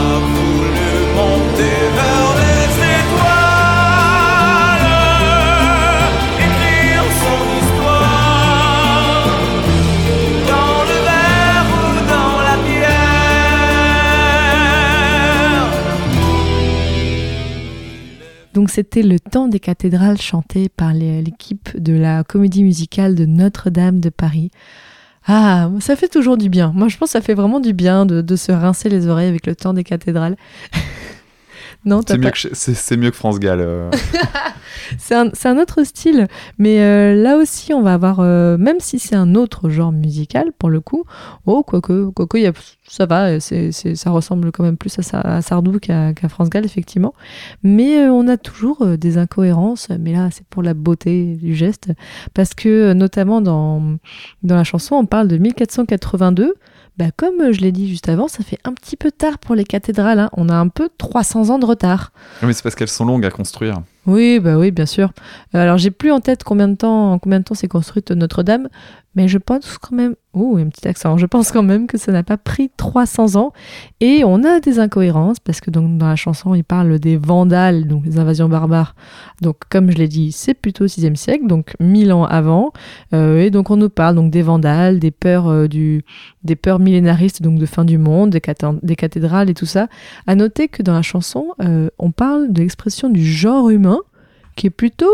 Donc c'était Le Temps des cathédrales chanté par l'équipe de la comédie musicale de Notre-Dame de Paris. Ah, ça fait toujours du bien. Moi je pense que ça fait vraiment du bien de se rincer les oreilles avec Le Temps des cathédrales. Non, c'est mieux que France Gall. C'est un autre style, mais là aussi on va avoir, même si c'est un autre genre musical pour le coup, quoique ça va, ça ressemble quand même plus à Sardou qu'à France Gall effectivement, mais on a toujours des incohérences, mais là c'est pour la beauté du geste, parce que notamment dans la chanson on parle de 1482. Comme je l'ai dit juste avant, ça fait un petit peu tard pour les cathédrales, hein. On a un peu 300 ans de retard. Mais c'est parce qu'elles sont longues à construire. Oui, bien sûr. Alors, j'ai plus en tête combien de temps s'est construite Notre-Dame, mais je pense quand même... Oh, un petit accent. Je pense quand même que ça n'a pas pris 300 ans. Et on a des incohérences, parce que donc, dans la chanson, il parle des Vandales, donc les invasions barbares. Donc, comme je l'ai dit, c'est plutôt au 6e siècle, donc 1000 ans avant. Et donc, on nous parle donc, des Vandales, des peurs millénaristes, donc de fin du monde, des cathédrales et tout ça. À noter que dans la chanson, on parle de l'expression du genre humain, qui est plutôt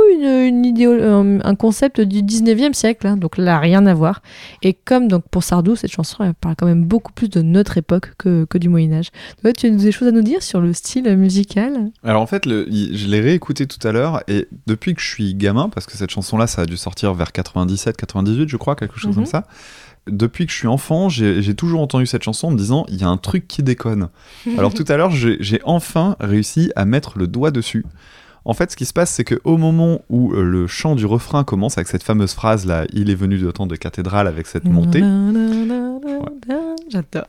un concept du 19e siècle, hein, donc là, rien à voir. Et comme donc pour Sardou, cette chanson, elle parle quand même beaucoup plus de notre époque que du Moyen-Âge. Ouais, tu as des choses à nous dire sur le style musical ? Alors en fait, je l'ai réécouté tout à l'heure, et depuis que je suis gamin, parce que cette chanson-là, ça a dû sortir vers 97, 98, je crois, quelque chose comme ça. Depuis que je suis enfant, j'ai toujours entendu cette chanson en me disant il y a un truc qui déconne. Alors tout à l'heure, j'ai enfin réussi à mettre le doigt dessus. En fait, ce qui se passe, c'est qu'au moment où le chant du refrain commence avec cette fameuse phrase là, il est venu de temps de cathédrale avec cette montée. J'adore.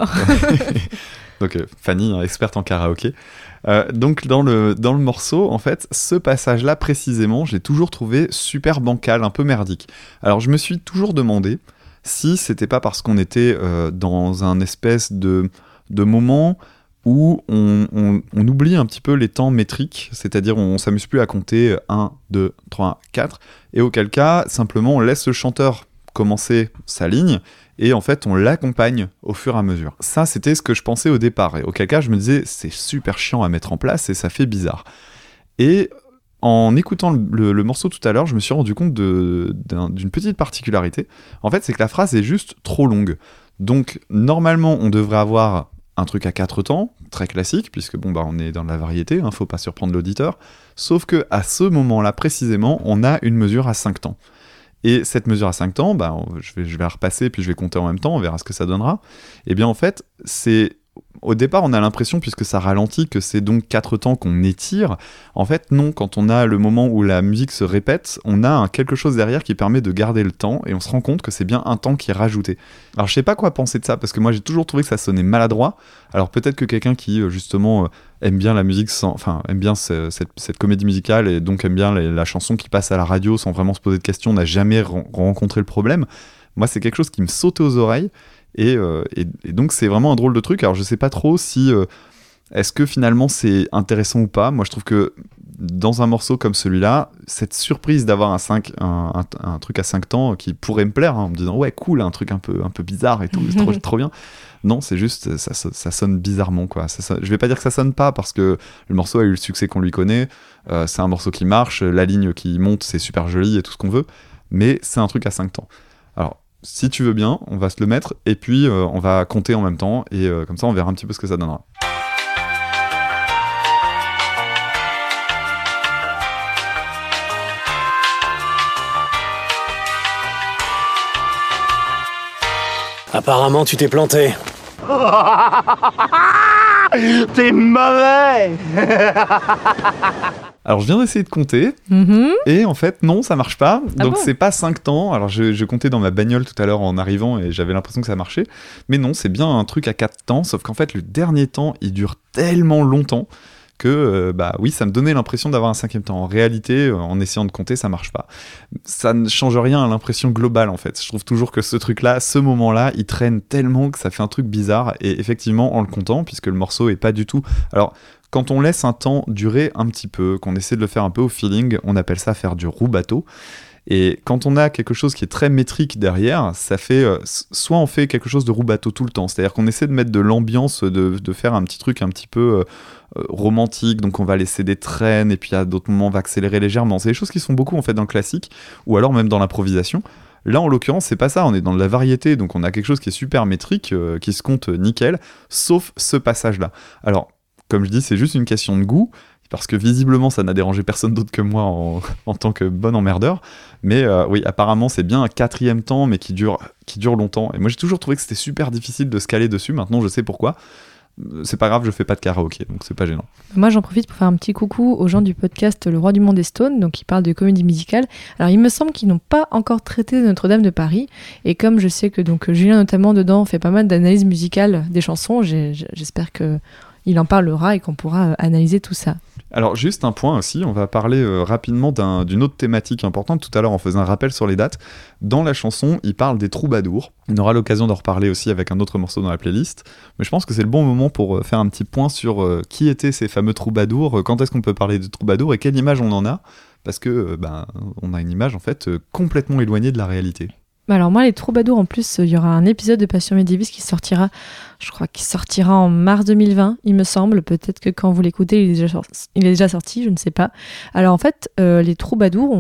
Donc Fanny, experte en karaoké. Donc dans le morceau, en fait, ce passage-là précisément, j'ai toujours trouvé super bancal, un peu merdique. Alors je me suis toujours demandé si c'était pas parce qu'on était dans un espèce de moment où on oublie un petit peu les temps métriques, c'est-à-dire on s'amuse plus à compter 1, 2, 3, 4, et auquel cas, simplement, on laisse le chanteur commencer sa ligne, et en fait, on l'accompagne au fur et à mesure. Ça, c'était ce que je pensais au départ, et auquel cas, je me disais, c'est super chiant à mettre en place, et ça fait bizarre. Et en écoutant le morceau tout à l'heure, je me suis rendu compte d'une petite particularité. En fait, c'est que la phrase est juste trop longue. Donc, normalement, on devrait avoir un truc à 4 temps, très classique, puisque on est dans la variété, faut pas surprendre l'auditeur, sauf que à ce moment-là précisément, on a une mesure à 5 temps. Et cette mesure à 5 temps, je vais la repasser, puis je vais compter en même temps, on verra ce que ça donnera. Et bien en fait, au départ, on a l'impression, puisque ça ralentit, que c'est donc 4 temps qu'on étire. En fait, non, quand on a le moment où la musique se répète, on a quelque chose derrière qui permet de garder le temps, et on se rend compte que c'est bien un temps qui est rajouté. Alors, je sais pas quoi penser de ça, parce que moi, j'ai toujours trouvé que ça sonnait maladroit. Alors, peut-être que quelqu'un qui, justement, aime bien la musique, aime bien cette comédie musicale, et donc aime bien la chanson qui passe à la radio sans vraiment se poser de questions, n'a jamais rencontré le problème. Moi, c'est quelque chose qui me sautait aux oreilles. Et donc c'est vraiment un drôle de truc. Alors je sais pas trop si est-ce que finalement c'est intéressant ou pas. Moi je trouve que dans un morceau comme celui-là, cette surprise d'avoir un truc à 5 temps qui pourrait me plaire, en me disant ouais cool, un truc un peu bizarre et tout, c'est trop bien. Non, c'est juste ça sonne bizarrement quoi. Je vais pas dire que ça sonne pas parce que le morceau a eu le succès qu'on lui connaît. C'est un morceau qui marche, la ligne qui monte c'est super joli et tout ce qu'on veut, mais c'est un truc à 5 temps. Alors si tu veux bien, on va se le mettre et puis on va compter en même temps et comme ça on verra un petit peu ce que ça donnera. Apparemment tu t'es planté. T'es mauvais. Alors je viens d'essayer de compter, et en fait non, ça marche pas, donc c'est pas 5 temps. Alors je comptais dans ma bagnole tout à l'heure en arrivant et j'avais l'impression que ça marchait, mais non, c'est bien un truc à 4 temps, sauf qu'en fait le dernier temps il dure tellement longtemps que oui, ça me donnait l'impression d'avoir un 5e temps. En réalité, en essayant de compter, ça marche pas. Ça ne change rien à l'impression globale en fait. Je trouve toujours que ce truc-là, ce moment-là, il traîne tellement que ça fait un truc bizarre, et effectivement en le comptant, puisque le morceau est pas du tout... Alors, quand on laisse un temps durer un petit peu, qu'on essaie de le faire un peu au feeling, on appelle ça faire du roue-bateau. Et quand on a quelque chose qui est très métrique derrière, ça fait soit on fait quelque chose de roue bateau tout le temps, c'est-à-dire qu'on essaie de mettre de l'ambiance, de faire un petit truc un petit peu romantique, donc on va laisser des traînes et puis à d'autres moments on va accélérer légèrement. C'est des choses qui sont beaucoup en fait dans le classique ou alors même dans l'improvisation. Là en l'occurrence c'est pas ça, on est dans de la variété, donc on a quelque chose qui est super métrique, qui se compte nickel, sauf ce passage-là. Alors comme je dis, c'est juste une question de goût, parce que visiblement ça n'a dérangé personne d'autre que moi en tant que bon emmerdeur, mais oui, apparemment c'est bien un 4e temps, mais qui dure longtemps, et moi j'ai toujours trouvé que c'était super difficile de se caler dessus, maintenant je sais pourquoi. C'est pas grave, je fais pas de karaoké, donc c'est pas gênant. Moi j'en profite pour faire un petit coucou aux gens du podcast Le Roi du Monde et Stone, donc qui parlent de comédie musicale. Alors il me semble qu'ils n'ont pas encore traité Notre-Dame de Paris, et comme je sais que donc Julien notamment dedans fait pas mal d'analyses musicales des chansons, j'espère qu'il en parlera et qu'on pourra analyser tout ça. Alors juste un point aussi, on va parler rapidement d'une autre thématique importante. Tout à l'heure on faisait un rappel sur les dates. Dans la chanson, il parle des troubadours. On aura l'occasion d'en reparler aussi avec un autre morceau dans la playlist. Mais je pense que c'est le bon moment pour faire un petit point sur qui étaient ces fameux troubadours, quand est-ce qu'on peut parler de troubadours et quelle image on en a. Parce que on a une image en fait complètement éloignée de la réalité. Alors moi les troubadours, en plus il y aura un épisode de Passion Médiévis qui sortira, je crois qu'il sortira en mars 2020 il me semble, peut-être que quand vous l'écoutez il est déjà sorti, je ne sais pas. Alors en fait les troubadours,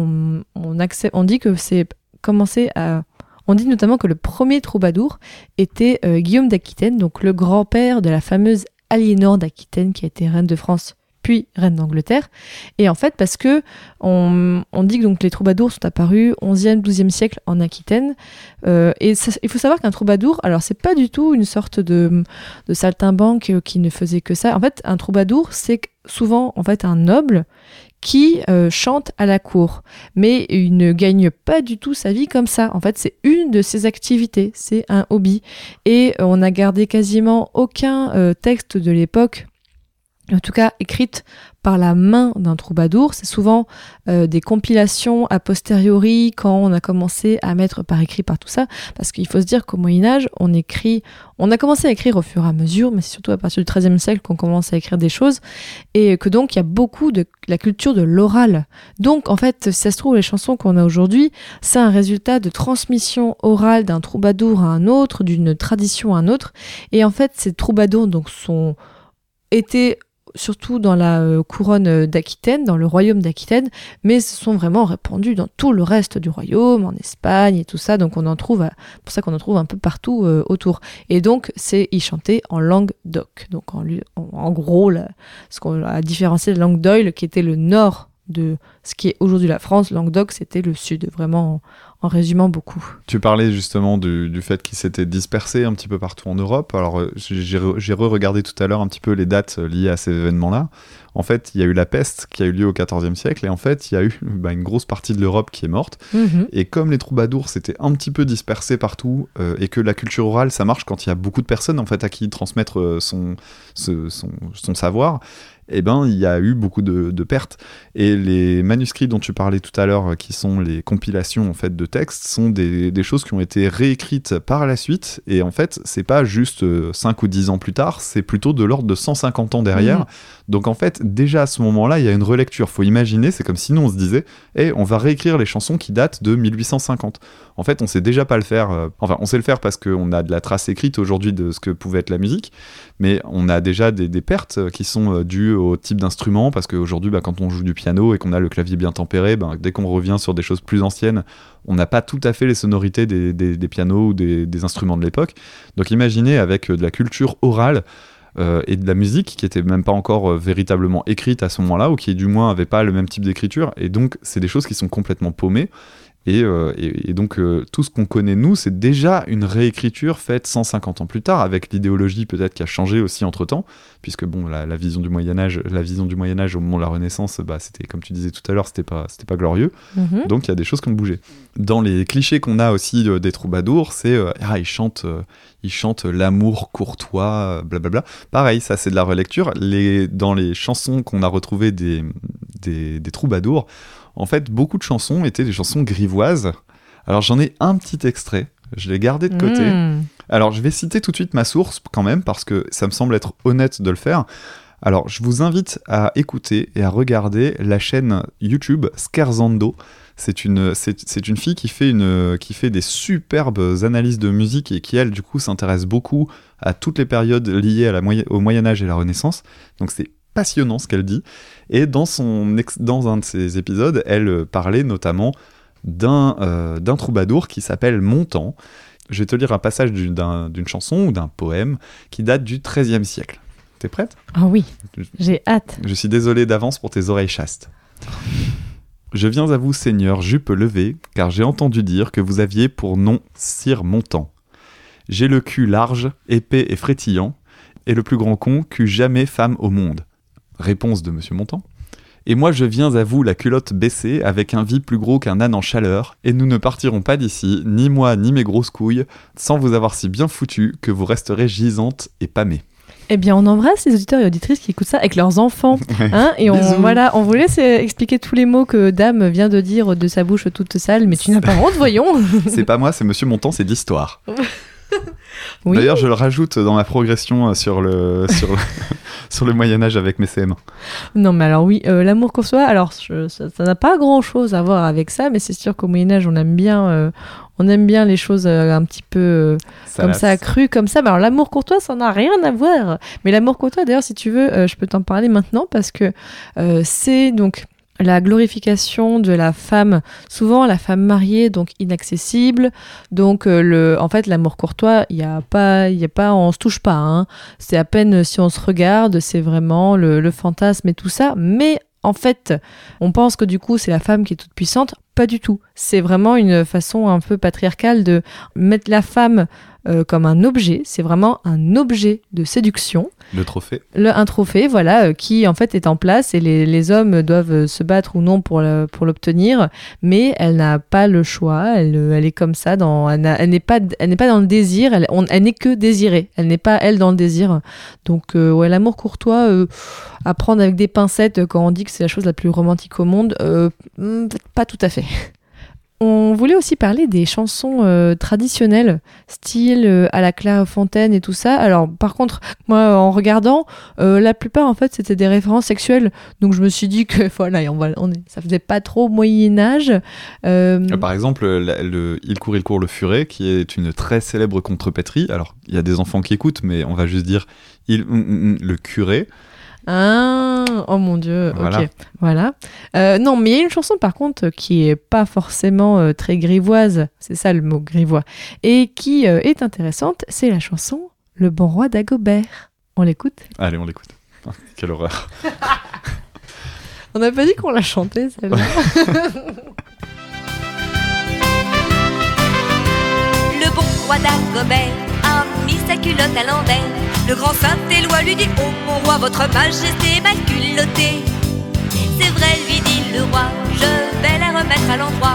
on dit que c'est commencé à... On dit notamment que le premier troubadour était Guillaume d'Aquitaine, donc le grand-père de la fameuse Aliénor d'Aquitaine qui a été reine de France puis reine d'Angleterre. Et en fait, parce que on dit que donc, les troubadours sont apparus 11e, 12e siècle en Aquitaine. Et ça, il faut savoir qu'un troubadour, alors c'est pas du tout une sorte de saltimbanque qui ne faisait que ça. En fait, un troubadour, c'est souvent en fait un noble qui chante à la cour. Mais il ne gagne pas du tout sa vie comme ça. En fait, c'est une de ses activités, c'est un hobby. Et on n'a gardé quasiment aucun texte de l'époque, en tout cas écrite par la main d'un troubadour. C'est souvent des compilations a posteriori quand on a commencé à mettre par écrit par tout ça, parce qu'il faut se dire qu'au Moyen-Âge, on a commencé à écrire au fur et à mesure, mais c'est surtout à partir du XIIIe siècle qu'on commence à écrire des choses, et que donc il y a beaucoup de la culture de l'oral. Donc en fait, si ça se trouve, les chansons qu'on a aujourd'hui, c'est un résultat de transmission orale d'un troubadour à un autre, d'une tradition à un autre, et en fait, ces troubadours donc étaient surtout dans la couronne d'Aquitaine, dans le royaume d'Aquitaine, mais se sont vraiment répandus dans tout le reste du royaume, en Espagne et tout ça, donc on en trouve, pour ça qu'on en trouve un peu partout autour. Et donc, ils chantaient en langue d'oc. Donc en gros, ce qu'on a différencié de la langue d'oïl, qui était le nord de ce qui est aujourd'hui la France, Languedoc, c'était le sud, vraiment en résumant beaucoup. Tu parlais justement du fait qu'il s'était dispersé un petit peu partout en Europe. Alors j'ai re-regardé tout à l'heure un petit peu les dates liées à ces événements-là. En fait, il y a eu la peste qui a eu lieu au XIVe siècle, et en fait, il y a eu une grosse partie de l'Europe qui est morte. Mmh. Et comme les troubadours s'étaient un petit peu dispersés partout, et que la culture orale, ça marche quand il y a beaucoup de personnes en fait à qui transmettre son savoir, eh ben, il y a eu beaucoup de pertes. Et les manuscrits dont tu parlais tout à l'heure, qui sont les compilations en fait, de textes, sont des choses qui ont été réécrites par la suite. Et en fait, c'est pas juste 5 ou 10 ans plus tard, c'est plutôt de l'ordre de 150 ans derrière. Mmh. Donc en fait, déjà à ce moment-là, il y a une relecture. Faut imaginer, c'est comme si nous on se disait on va réécrire les chansons qui datent de 1850. En fait, on sait déjà pas le faire. Enfin, on sait le faire parce qu'on a de la trace écrite aujourd'hui de ce que pouvait être la musique, mais on a déjà des pertes qui sont dues au type d'instrument, parce qu'aujourd'hui, quand on joue du piano et qu'on a le clavier bien tempéré, dès qu'on revient sur des choses plus anciennes, on n'a pas tout à fait les sonorités des pianos ou des instruments de l'époque. Donc imaginez avec de la culture orale, et de la musique qui était même pas encore véritablement écrite à ce moment-là, ou qui du moins avait pas le même type d'écriture, et donc c'est des choses qui sont complètement paumées, et donc tout ce qu'on connaît nous, c'est déjà une réécriture faite 150 ans plus tard, avec l'idéologie peut-être qui a changé aussi entre temps, puisque bon, la vision du Moyen-Âge au moment de la Renaissance, c'était comme tu disais tout à l'heure, c'était pas glorieux. Mm-hmm. Donc il y a des choses qui ont bougé. Dans les clichés qu'on a aussi des troubadours, c'est ils chantent l'amour courtois, blablabla. Pareil, ça c'est de la relecture. Dans les chansons qu'on a retrouvées des troubadours, en fait, beaucoup de chansons étaient des chansons grivoises. Alors j'en ai un petit extrait, je l'ai gardé de côté. Alors je vais citer tout de suite ma source quand même, parce que ça me semble être honnête de le faire. Alors, je vous invite à écouter et à regarder la chaîne YouTube Scherzando. C'est une fille qui fait des superbes analyses de musique et qui, elle, du coup, s'intéresse beaucoup à toutes les périodes liées au Moyen-Âge et la Renaissance. Donc, c'est passionnant ce qu'elle dit. Et dans un de ses épisodes, elle parlait notamment d'un troubadour qui s'appelle Montand. Je vais te lire un passage d'une chanson ou d'un poème qui date du XIIIe siècle. T'es prête ? Ah oui, j'ai hâte. Je suis désolé d'avance pour tes oreilles chastes. Je viens à vous, Seigneur, jupe levée, car j'ai entendu dire que vous aviez pour nom Sire Montand. J'ai le cul large, épais et frétillant, et le plus grand con qu'eût jamais femme au monde. Réponse de Monsieur Montand. Et moi je viens à vous la culotte baissée, avec un vide plus gros qu'un âne en chaleur, et nous ne partirons pas d'ici, ni moi ni mes grosses couilles, sans vous avoir si bien foutu que vous resterez gisante et pâmée. Eh bien, on embrasse les auditeurs et auditrices qui écoutent ça avec leurs enfants. Hein, et on vous laisse expliquer tous les mots que Dame vient de dire de sa bouche toute sale, mais tu n'as pas honte, voyons. C'est pas moi, c'est Monsieur Montand, c'est d'histoire. Oui. D'ailleurs, je le rajoute dans ma progression sur le Moyen-Âge avec mes CM1. Non, mais alors oui, l'amour courtois, alors ça n'a pas grand-chose à voir avec ça, mais c'est sûr qu'au Moyen-Âge, on aime bien les choses un petit peu comme ça, crues, comme ça. Mais alors, l'amour courtois, ça n'a rien à voir. Mais l'amour courtois, d'ailleurs, si tu veux, je peux t'en parler maintenant parce que c'est donc la glorification de la femme, souvent la femme mariée, donc inaccessible. Donc, en fait, l'amour courtois, il y a pas, on se touche pas. Hein. C'est à peine si on se regarde, c'est vraiment le fantasme et tout ça. Mais en fait, on pense que du coup, c'est la femme qui est toute puissante. Pas du tout. C'est vraiment une façon un peu patriarcale de mettre la femme comme un objet. C'est vraiment un objet de séduction. Le trophée. Un trophée, voilà, qui en fait est en place et les hommes doivent se battre ou non pour l'obtenir, mais elle n'a pas le choix. Elle est comme ça. Elle n'est pas dans le désir. Elle n'est que désirée. Elle n'est pas elle dans le désir. Donc ouais, l'amour courtois, à prendre avec des pincettes quand on dit que c'est la chose la plus romantique au monde, pas tout à fait. On voulait aussi parler des chansons traditionnelles, style à la Clairefontaine et tout ça. Alors, par contre, moi, en regardant, la plupart, en fait, c'était des références sexuelles. Donc, je me suis dit que, voilà, ça faisait pas trop Moyen-Âge. Par exemple, Il court le furet, qui est une très célèbre contrepétrie. Alors, il y a des enfants qui écoutent, mais on va juste dire le curé. Ah, oh mon Dieu, voilà. Ok, voilà. Non, mais il y a une chanson par contre qui est pas forcément très grivoise, c'est ça le mot grivois, et qui est intéressante, c'est la chanson Le Bon Roi d'Agobert. On l'écoute ? Allez, on l'écoute. Ah, quelle horreur. On n'a pas dit qu'on la chantait celle-là. Le bon roi d'Agobert a mis sa culotte à l'envers. Le grand Saint-Éloi lui dit « Oh mon roi, votre majesté est mal culottée !» C'est vrai, lui dit le roi, je vais la remettre à l'endroit.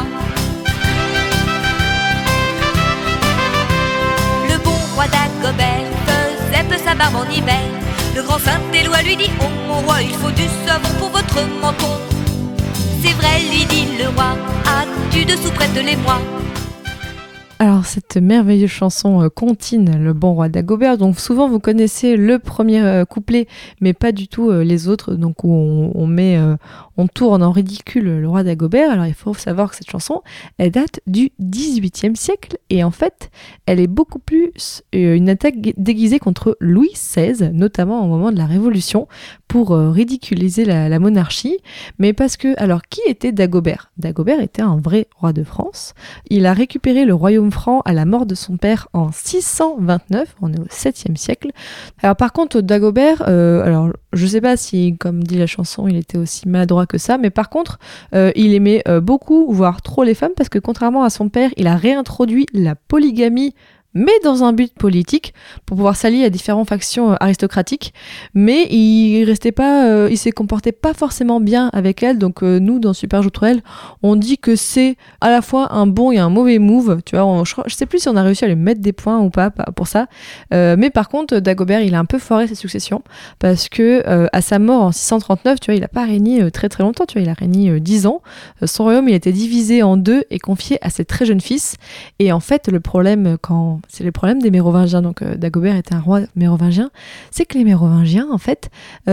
Le bon roi d'Agobert faisait peu sa barbe en hiver. Le grand Saint-Éloi lui dit « Oh mon roi, il faut du savon pour votre menton !» C'est vrai, lui dit le roi, as-tu dessous prête-les-moi. Alors, cette merveilleuse chanson comptine Le Bon Roi d'Agobert. Donc, souvent, vous connaissez le premier couplet, mais pas du tout les autres. Donc, où on tourne en ridicule le roi d'Agobert. Alors, il faut savoir que cette chanson, elle date du XVIIIe siècle. Et en fait, elle est beaucoup plus une attaque déguisée contre Louis XVI, notamment au moment de la Révolution, pour ridiculiser la monarchie. Mais parce que, alors, qui était Dagobert ? Dagobert était un vrai roi de France. Il a récupéré le royaume franc à la mort de son père en 629, on est au 7e siècle. Alors par contre, Dagobert, alors je sais pas si, comme dit la chanson, il était aussi maladroit que ça, mais par contre, il aimait beaucoup, voire trop les femmes, parce que contrairement à son père, il a réintroduit la polygamie, mais dans un but politique, pour pouvoir s'allier à différentes factions aristocratiques. Mais il s'est comporté pas forcément bien avec elle. Donc nous, dans Super Joutrel, on dit que c'est à la fois un bon et un mauvais move. Tu vois, je sais plus si on a réussi à lui mettre des points ou pas pour ça. Mais par contre, Dagobert, il a un peu foiré sa succession parce que à sa mort en 639, tu vois, il a pas régné très très longtemps. Tu vois, il a régné 10 ans. Son royaume, il a été divisé en deux et confié à ses très jeunes fils. Et en fait, le problème quand c'est le problème des Mérovingiens. Donc Dagobert était un roi mérovingien. C'est que les Mérovingiens, en fait,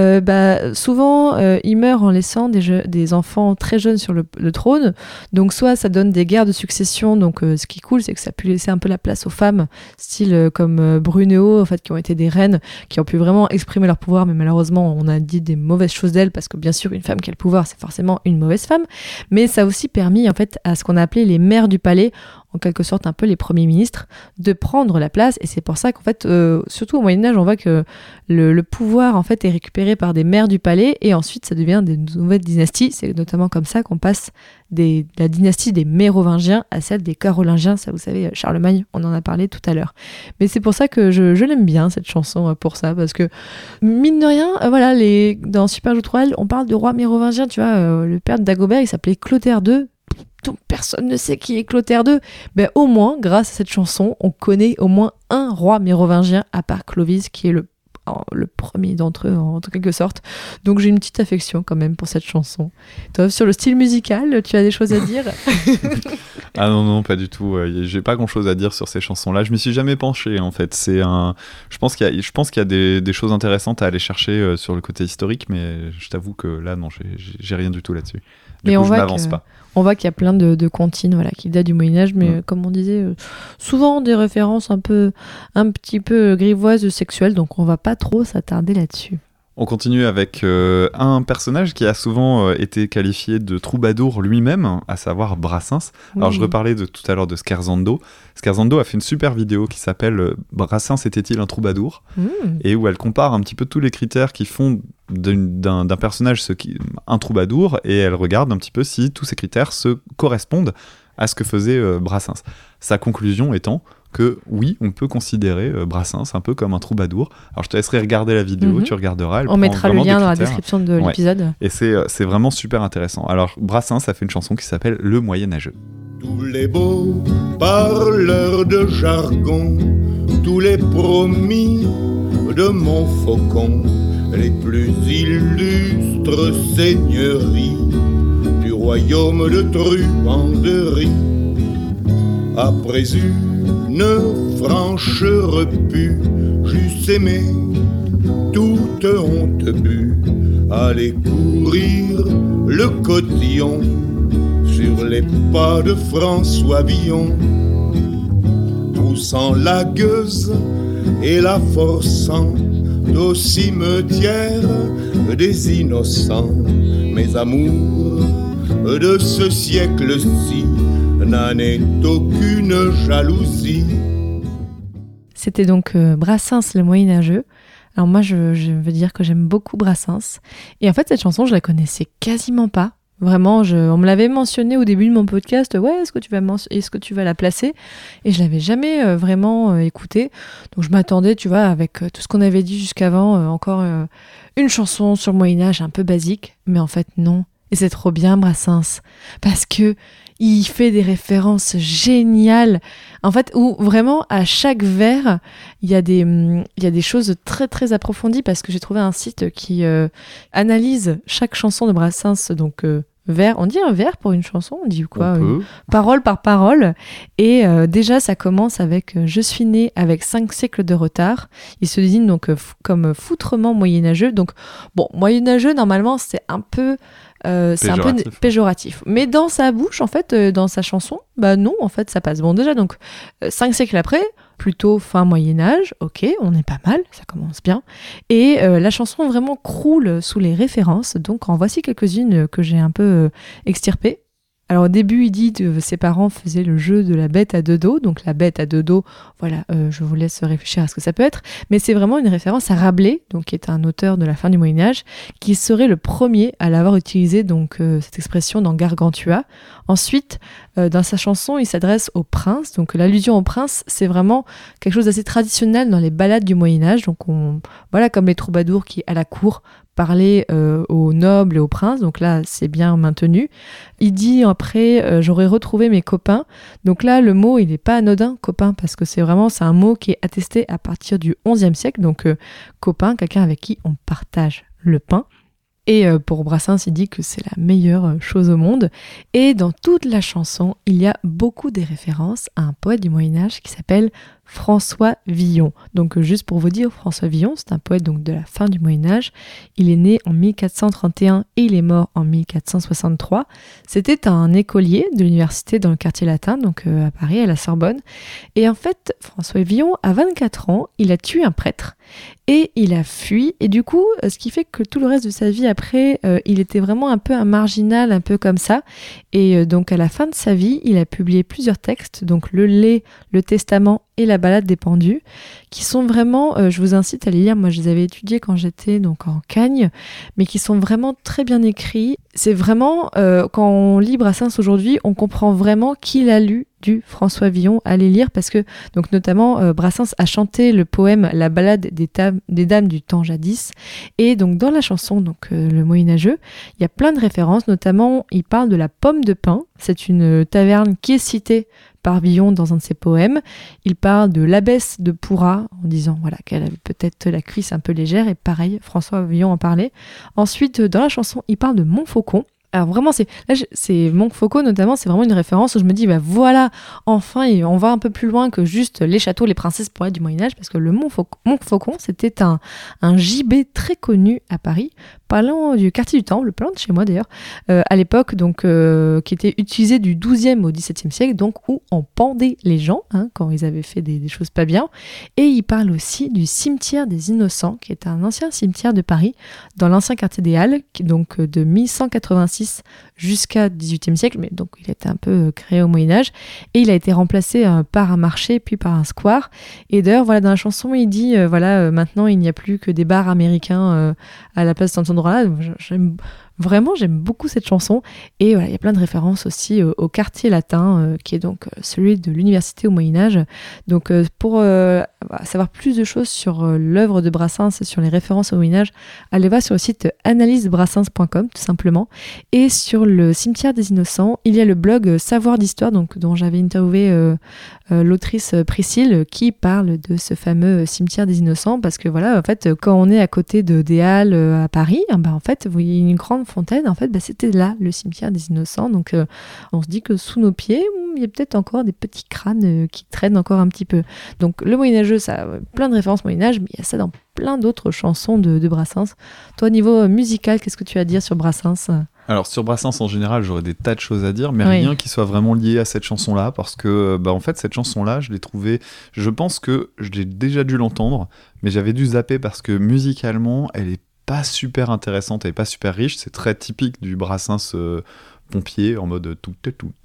souvent, ils meurent en laissant des enfants très jeunes sur le trône. Donc soit ça donne des guerres de succession. Donc ce qui est cool, c'est que ça a pu laisser un peu la place aux femmes, style comme Brunéo, en fait, qui ont été des reines, qui ont pu vraiment exprimer leur pouvoir. Mais malheureusement, on a dit des mauvaises choses d'elles, parce que bien sûr, une femme qui a le pouvoir, c'est forcément une mauvaise femme. Mais ça a aussi permis, en fait, à ce qu'on a appelé les mères du palais, en quelque sorte un peu les premiers ministres, de prendre la place. Et c'est pour ça qu'en fait, surtout au Moyen-Âge, on voit que le pouvoir en fait est récupéré par des mères du palais, et ensuite ça devient des nouvelles dynasties. C'est notamment comme ça qu'on passe de la dynastie des Mérovingiens à celle des Carolingiens. Ça, vous savez, Charlemagne, on en a parlé tout à l'heure. Mais c'est pour ça que je l'aime bien, cette chanson, pour ça, parce que mine de rien, voilà, dans Super Joutroel, on parle de roi mérovingien, tu vois, le père de Dagobert, il s'appelait Clotaire II. Personne ne sait qui est Clotaire II. Ben, au moins, grâce à cette chanson, on connaît au moins un roi mérovingien, à part Clovis, qui est le premier d'entre eux, en quelque sorte. Donc j'ai une petite affection quand même pour cette chanson. Toi, sur le style musical, tu as des choses à dire? Ah non, pas du tout. J'ai pas grand-chose à dire sur ces chansons-là. Je m'y suis jamais penché, en fait. Je pense qu'il y a des choses intéressantes à aller chercher sur le côté historique, mais je t'avoue que là, non, j'ai rien du tout là-dessus. Du coup, je m'avance pas. On voit qu'il y a plein de comptines, voilà, qui datent du Moyen-Âge, mais comme on disait, souvent des références un petit peu grivoises sexuelles, donc on va pas trop s'attarder là-dessus. On continue avec un personnage qui a souvent été qualifié de troubadour lui-même, à savoir Brassens. Alors je reparlais tout à l'heure de Scherzando. Scherzando a fait une super vidéo qui s'appelle « Brassens était-il un troubadour ?» et où elle compare un petit peu tous les critères qui font d'un personnage un troubadour, et elle regarde un petit peu si tous ces critères se correspondent à ce que faisait Brassens. Sa conclusion étant que oui, on peut considérer Brassens un peu comme un troubadour. Alors je te laisserai regarder la vidéo, tu regarderas. On mettra le lien dans la description de l'épisode. Et c'est vraiment super intéressant. Alors Brassens a fait une chanson qui s'appelle « Le Moyen-Âgeux ». Tous les beaux parleurs de jargon, tous les promis de Montfaucon, les plus illustres seigneuries du royaume de Truanderie, après une franche repu, j'eusse aimé toute honte bue, aller courir le cotillon sur les pas de François Villon, poussant la gueuse et la forçant au cimetière des innocents. Mes amours de ce siècle-ci n'en est aucune jalousie. C'était donc Brassens, le Moyen-Âgeux. Alors moi, je veux dire que j'aime beaucoup Brassens. Et en fait, cette chanson, je la connaissais quasiment pas. Vraiment, on me l'avait mentionné au début de mon podcast. Ouais, est-ce que tu vas la placer? Et je l'avais jamais vraiment écoutée. Donc je m'attendais, tu vois, avec tout ce qu'on avait dit jusqu'avant, encore une chanson sur le Moyen-Âge un peu basique. Mais en fait, non. Et c'est trop bien, Brassens. Parce que il fait des références géniales. En fait, où vraiment, à chaque vers, il y a des choses très, très approfondies, parce que j'ai trouvé un site qui analyse chaque chanson de Brassens, donc vers. On dit un vers pour une chanson? On dit quoi? Parole par parole. Et déjà, ça commence avec « Je suis né avec 5 siècles de retard ». Il se désigne donc comme foutrement moyenâgeux. Donc, bon, moyenâgeux, normalement, c'est un peu péjoratif. Mais dans sa bouche, en fait, dans sa chanson, bah non, en fait, ça passe. Bon, déjà, donc, 5 siècles après, plutôt fin Moyen-Âge, ok, on est pas mal, ça commence bien. Et la chanson vraiment croule sous les références, donc en voici quelques-unes que j'ai un peu extirpées. Alors au début, il dit que ses parents faisaient le jeu de la bête à deux dos, donc la bête à deux dos, voilà, je vous laisse réfléchir à ce que ça peut être, mais c'est vraiment une référence à Rabelais, donc qui est un auteur de la fin du Moyen-Âge, qui serait le premier à l'avoir utilisé, donc cette expression dans Gargantua. Ensuite, dans sa chanson, il s'adresse au prince, donc l'allusion au prince, c'est vraiment quelque chose d'assez traditionnel dans les ballades du Moyen-Âge, donc voilà, comme les troubadours qui, à la cour, parlaient aux nobles et aux princes, donc là, c'est bien maintenu. Il dit après, j'aurais retrouvé mes copains, donc là, le mot, il n'est pas anodin, copain, parce que c'est un mot qui est attesté à partir du XIe siècle, donc copain, quelqu'un avec qui on partage le pain. Et pour Brassens, il dit que c'est la meilleure chose au monde. Et dans toute la chanson, il y a beaucoup des références à un poète du Moyen-Âge qui s'appelle François Villon. Donc juste pour vous dire, François Villon, c'est un poète donc de la fin du Moyen-Âge. Il est né en 1431 et il est mort en 1463. C'était un écolier de l'université dans le quartier latin, donc à Paris, à la Sorbonne. Et en fait, François Villon, à 24 ans, il a tué un prêtre et il a fui. Et du coup, ce qui fait que tout le reste de sa vie après, il était vraiment un peu un marginal, un peu comme ça. Et donc à la fin de sa vie, il a publié plusieurs textes, donc Le Lait, Le Testament et La Ballade des pendus, qui sont vraiment, je vous incite à les lire, moi je les avais étudiés quand j'étais donc en Cagne, mais qui sont vraiment très bien écrits. C'est vraiment, quand on lit Brassens aujourd'hui, on comprend vraiment qu'il a lu du François Villon à les lire, parce que donc notamment Brassens a chanté le poème La Ballade des dames du temps jadis, et donc dans la chanson, donc le moyenâgeux, il y a plein de références, notamment il parle de la pomme de pin, c'est une taverne qui est citée par Villon dans un de ses poèmes. Il parle de l'abbesse de Pourrat en disant voilà, qu'elle avait peut-être la cuisse un peu légère, et pareil, François Villon en parlait. Ensuite, dans la chanson, il parle de Montfaucon. Alors vraiment, c'est Montfaucon notamment, c'est vraiment une référence où je me dis, bah voilà, enfin, on va un peu plus loin que juste les châteaux, les princesses pour être du Moyen-Âge, parce que le Montfaucon, c'était un gibet très connu à Paris, parlant du quartier du Temple, pas loin de chez moi d'ailleurs, à l'époque, donc, qui était utilisé du XIIe au XVIIe siècle, donc où on pendait les gens, hein, quand ils avaient fait des choses pas bien. Et il parle aussi du cimetière des Innocents, qui est un ancien cimetière de Paris, dans l'ancien quartier des Halles, qui, donc de 1186 jusqu'à XVIIIe siècle, mais donc il a été un peu créé au Moyen-Âge, et il a été remplacé par un marché, puis par un square. Et d'ailleurs, voilà, dans la chanson, il dit, maintenant il n'y a plus que des bars américains à la place de cet endroit-là. J'aime beaucoup cette chanson, et voilà, il y a plein de références aussi au quartier latin, qui est donc celui de l'université au Moyen-Âge. Donc pour savoir plus de choses sur l'œuvre de Brassens et sur les références au Moyen-Âge, allez voir sur le site analysebrassens.com tout simplement. Et sur le cimetière des Innocents, il y a le blog Savoir d'Histoire, donc dont j'avais interviewé l'autrice Priscille, qui parle de ce fameux cimetière des Innocents, parce que voilà, en fait, quand on est à côté des Halles à Paris, en fait, vous voyez une grande fontaine, en fait, c'était là le cimetière des Innocents. Donc on se dit que sous nos pieds, il y a peut-être encore des petits crânes qui traînent encore un petit peu. Donc le Moyen-Âgeux, ça a plein de références Moyen-Âge, mais il y a ça dans plein d'autres chansons de Brassens. Toi, au niveau musical, qu'est-ce que tu as à dire sur Brassens ? Alors sur Brassens en général, j'aurais des tas de choses à dire, mais Oui. rien qui soit vraiment lié à cette chanson-là, parce que en fait cette chanson-là, je l'ai trouvée, je pense que je l'ai déjà dû l'entendre, mais j'avais dû zapper parce que musicalement, elle est pas super intéressante, elle est pas super riche, c'est très typique du Brassens pompier, en mode tout.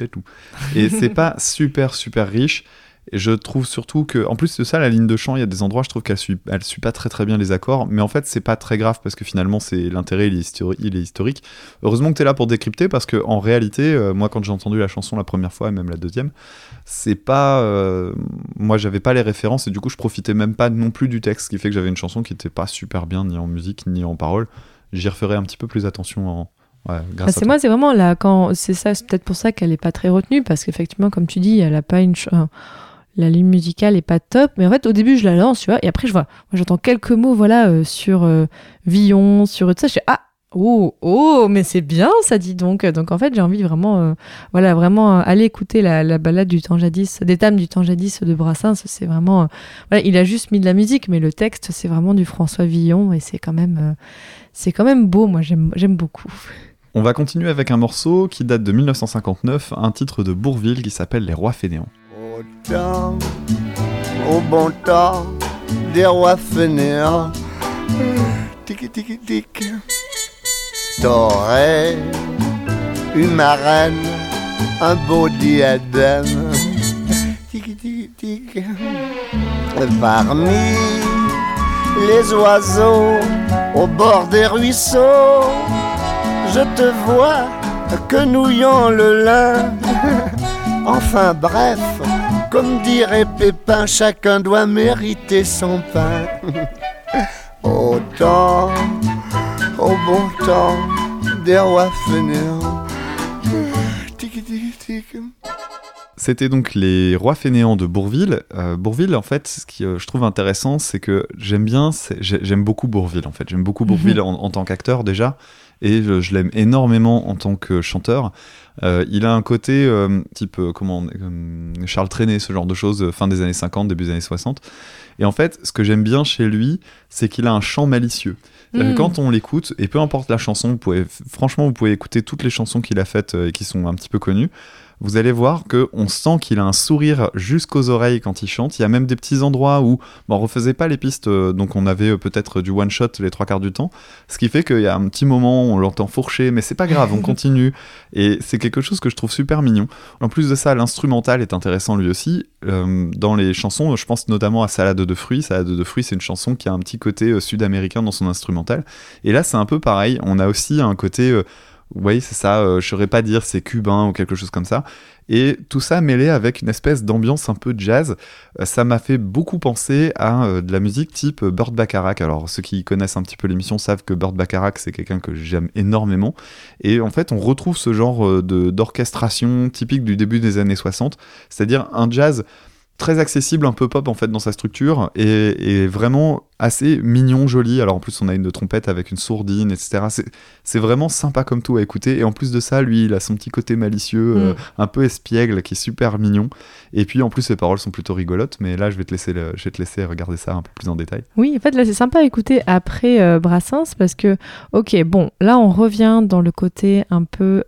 Et c'est pas super riche. Et je trouve surtout que, en plus de ça, la ligne de chant, il y a des endroits, je trouve qu'elle suit pas très bien les accords, mais en fait, c'est pas très grave parce que finalement, c'est l'intérêt, il est historique. Heureusement que t'es là pour décrypter, parce que en réalité, moi, quand j'ai entendu la chanson la première fois, et même la deuxième, c'est pas, moi, j'avais pas les références et du coup, je profitais même pas non plus du texte, ce qui fait que j'avais une chanson qui était pas super bien ni en musique ni en paroles. J'y referai un petit peu plus attention grâce à toi. Moi, c'est vraiment là, c'est peut-être pour ça qu'elle est pas très retenue, parce qu'effectivement, comme tu dis, elle a pas la ligne musicale est pas top, mais en fait au début je la lance, tu vois, et après j'entends quelques mots, sur Villon, sur tout ça, je fais mais c'est bien ça, dit donc en fait j'ai envie vraiment vraiment aller écouter la ballade du temps jadis, des dames du temps jadis de Brassens. C'est vraiment il a juste mis de la musique, mais le texte c'est vraiment du François Villon, et c'est quand même beau. Moi j'aime beaucoup. On va continuer avec un morceau qui date de 1959, un titre de Bourvil qui s'appelle Les Rois Fainéants. Au bon temps des rois fainéants, tic tic tic. T'aurais eu ma reine, un beau diadème, tic tic tic. Parmi les oiseaux, au bord des ruisseaux, je te vois quenouillant le lin. Enfin bref, comme dirait Pépin, chacun doit mériter son pain. Au bon temps des rois fainéants. Tic tic tic. C'était donc Les Rois Fainéants de Bourvil. Bourvil, en fait, ce qui je trouve intéressant, c'est que j'aime beaucoup Bourvil, en fait. J'aime beaucoup Bourvil en tant qu'acteur, déjà. et je l'aime énormément en tant que chanteur. Il a un côté type Charles Trenet, ce genre de choses, fin des années 50, début des années 60. Et en fait, ce que j'aime bien chez lui, c'est qu'il a un chant malicieux. Quand on l'écoute, et peu importe la chanson, vous pouvez écouter toutes les chansons qu'il a faites et qui sont un petit peu connues. Vous allez voir qu'on sent qu'il a un sourire jusqu'aux oreilles quand il chante. Il y a même des petits endroits où on refaisait pas les pistes, donc on avait peut-être du one shot les 3/4 du temps. Ce qui fait qu'il y a un petit moment où on l'entend fourcher, mais c'est pas grave, on continue. Et c'est quelque chose que je trouve super mignon. En plus de ça, l'instrumental est intéressant lui aussi. Dans les chansons, je pense notamment à Salade de fruits. Salade de fruits, c'est une chanson qui a un petit côté sud-américain dans son instrumental. Et là, c'est un peu pareil. On a aussi un côté... oui, c'est ça, je saurais pas dire c'est cubain ou quelque chose comme ça. Et tout ça mêlé avec une espèce d'ambiance un peu jazz, ça m'a fait beaucoup penser à de la musique type Burt Bacharach. Alors ceux qui connaissent un petit peu l'émission savent que Burt Bacharach, c'est quelqu'un que j'aime énormément. Et en fait, on retrouve ce genre d'orchestration typique du début des années 60, c'est-à-dire un jazz très accessible, un peu pop en fait dans sa structure, et vraiment assez mignon, joli. Alors en plus on a une trompette avec une sourdine, etc. C'est vraiment sympa comme tout à écouter, et en plus de ça, lui il a son petit côté malicieux, un peu espiègle, qui est super mignon, et puis en plus ses paroles sont plutôt rigolotes. Mais là je vais te laisser regarder ça un peu plus en détail. Oui, en fait là c'est sympa à écouter après Brassens, parce que ok, bon, là on revient dans le côté un peu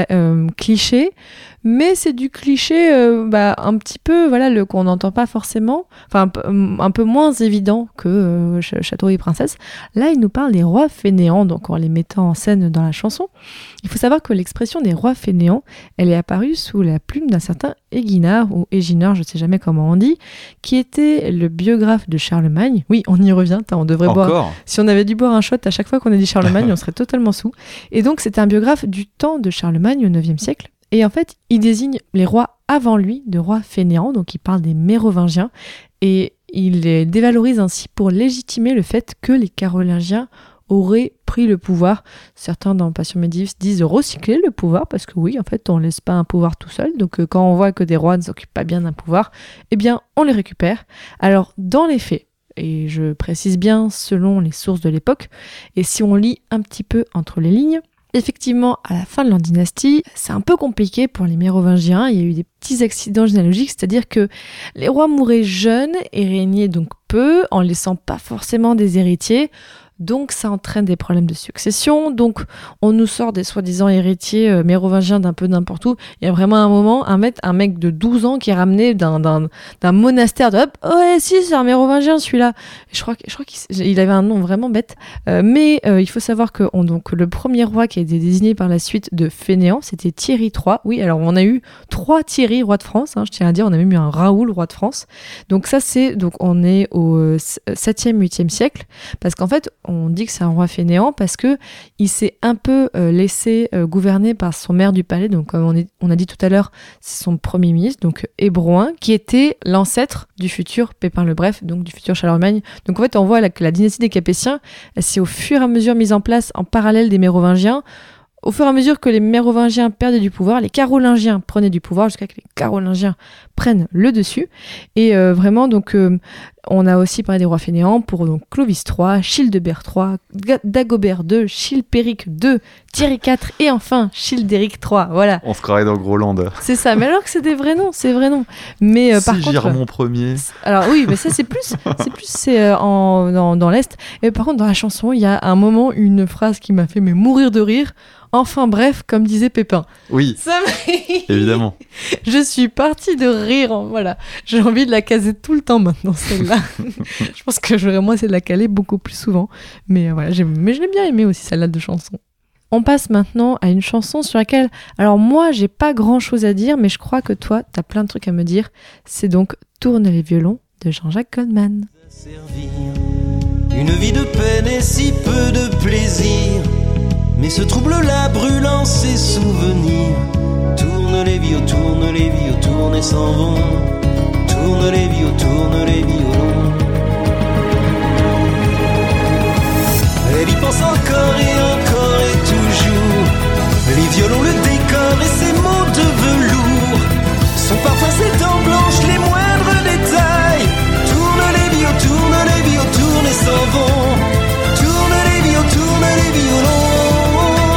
cliché, mais c'est du cliché un petit peu, voilà, qu'on n'entend pas forcément, enfin un peu moins évident que Château et Princesse. Là, il nous parle des rois fainéants, donc en les mettant en scène dans la chanson. Il faut savoir que l'expression des rois fainéants, elle est apparue sous la plume d'un certain Eginhard, ou Eginhard, je ne sais jamais comment on dit, qui était le biographe de Charlemagne. Oui, on y revient, on devrait boire. Si on avait dû boire un shot à chaque fois qu'on a dit Charlemagne, on serait totalement sous. Et donc, c'était un biographe du temps de Charlemagne au 9e siècle. Et en fait, il désigne les rois avant lui de rois fainéants, donc il parle des Mérovingiens, et il les dévalorise ainsi pour légitimer le fait que les Carolingiens auraient pris le pouvoir. Certains dans Passion Médivis disent recycler le pouvoir, parce que oui, en fait, on ne laisse pas un pouvoir tout seul. Donc quand on voit que des rois ne s'occupent pas bien d'un pouvoir, eh bien, on les récupère. Alors, dans les faits, et je précise bien selon les sources de l'époque, et si on lit un petit peu entre les lignes, effectivement, à la fin de leur dynastie, c'est un peu compliqué pour les Mérovingiens. Il y a eu des petits accidents généalogiques, c'est-à-dire que les rois mouraient jeunes et régnaient donc peu, en laissant pas forcément des héritiers. Donc ça entraîne des problèmes de succession. Donc on nous sort des soi-disant héritiers mérovingiens d'un peu n'importe où. Il y a vraiment un moment, un mec de 12 ans qui est ramené d'un monastère de hop, ouais si c'est un mérovingien celui-là. Je crois qu'il avait un nom vraiment bête. Mais il faut savoir que donc le premier roi qui a été désigné par la suite de fainéant, c'était Thierry III. Oui, alors on a eu 3 Thierry rois de France, je tiens à dire, on a même eu un Raoul roi de France. Donc ça on est au 7e, 8e siècle, parce qu'en fait on dit que c'est un roi fainéant parce que il s'est un peu laissé gouverner par son maire du palais, donc comme on a dit tout à l'heure, c'est son premier ministre, donc Hébroin, qui était l'ancêtre du futur Pépin le Bref, donc du futur Charlemagne. Donc en fait on voit que la dynastie des Capétiens, elle s'est au fur et à mesure mise en place en parallèle des Mérovingiens. Au fur et à mesure que les Mérovingiens perdaient du pouvoir, les Carolingiens prenaient du pouvoir jusqu'à que les Carolingiens prennent le dessus. Et vraiment, donc, on a aussi parlé des rois fainéants pour donc, Clovis III, Childebert III, Dagobert II, Chilpéric II, Thierry IV et enfin Childéric III. Voilà. On se croirait dans Groland. C'est ça, mais alors que c'est des vrais noms, c'est vrai nom. Mais par contre, Girmont Ier. Alors oui, mais ça c'est plus dans l'Est. Et par contre, dans la chanson, il y a un moment, une phrase qui m'a fait mourir de rire. Enfin bref, comme disait Pépin. Oui, évidemment. Je suis partie de rire, voilà. J'ai envie de la caser tout le temps maintenant, celle-là. Je pense que j'aurais moins essayé de la caler beaucoup plus souvent. Mais voilà, mais je l'ai bien aimée aussi, celle-là de chanson. On passe maintenant à une chanson sur laquelle, alors moi, j'ai pas grand-chose à dire, mais je crois que toi, t'as plein de trucs à me dire. C'est donc Tourne les violons de Jean-Jacques Goldman. Une vie de peine et si peu de plaisir. Mais ce trouble-là brûlant ses souvenirs. Tourne les violons, tourne et s'en vont. Tourne les violons. Elle y pense encore et toujours. Les violons, le décor et ses mots de velours. Son parfum, ses dents blanches, les moindres détails. Tourne les violons, tourne et s'en vont. Tourne les violons.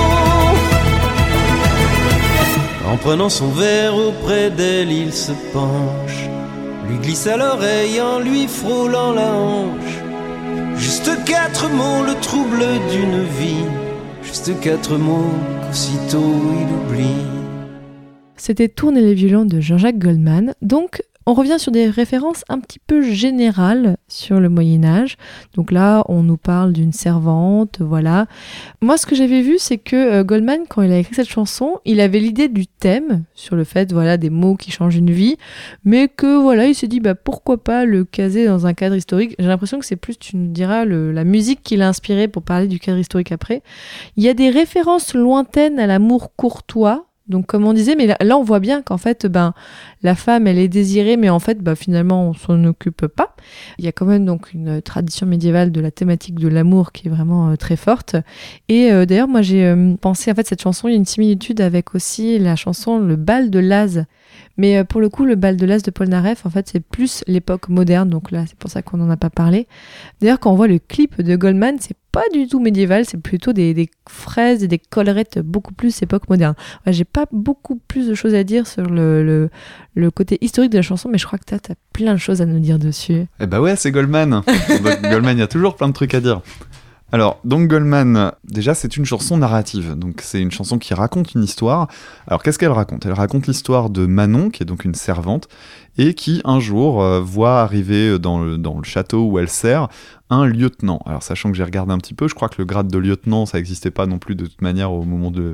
En prenant son verre auprès d'elle, il se penche, lui glisse à l'oreille en lui frôlant la hanche. Juste 4 mots, le trouble d'une vie. Juste 4 mots qu'aussitôt il oublie. C'était Tourne les violons de Jean-Jacques Goldman. Donc, on revient sur des références un petit peu générales sur le Moyen-Âge. Donc là, on nous parle d'une servante, voilà. Moi, ce que j'avais vu, c'est que Goldman, quand il a écrit cette chanson, il avait l'idée du thème, sur le fait, voilà, des mots qui changent une vie, mais que, voilà, il s'est dit, pourquoi pas le caser dans un cadre historique. J'ai l'impression que c'est plus, tu nous diras, la musique qui l'a inspiré pour parler du cadre historique après. Il y a des références lointaines à l'amour courtois. Donc comme on disait, mais là on voit bien qu'en fait la femme elle est désirée, mais en fait finalement on s'en occupe pas. Il y a quand même donc une tradition médiévale de la thématique de l'amour qui est vraiment très forte. Et d'ailleurs moi j'ai pensé en fait cette chanson, il y a une similitude avec aussi la chanson Le bal de Laz. Mais pour le coup, le bal de Laz de Polnareff, en fait, c'est plus l'époque moderne, donc là, c'est pour ça qu'on n'en a pas parlé. D'ailleurs, quand on voit le clip de Goldman, c'est pas du tout médiéval, c'est plutôt des fraises et des collerettes beaucoup plus époque moderne. Ouais, j'ai pas beaucoup plus de choses à dire sur le côté historique de la chanson, mais je crois que t'as plein de choses à nous dire dessus. Eh bah ouais, c'est Goldman. Goldman, il y a toujours plein de trucs à dire. Alors, donc Goldman, déjà c'est une chanson narrative, donc c'est une chanson qui raconte une histoire. Alors qu'est-ce qu'elle raconte ? Elle raconte l'histoire de Manon, qui est donc une servante, et qui un jour voit arriver dans le château où elle sert un lieutenant. Alors sachant que j'ai regardé un petit peu, je crois que le grade de lieutenant ça n'existait pas non plus de toute manière au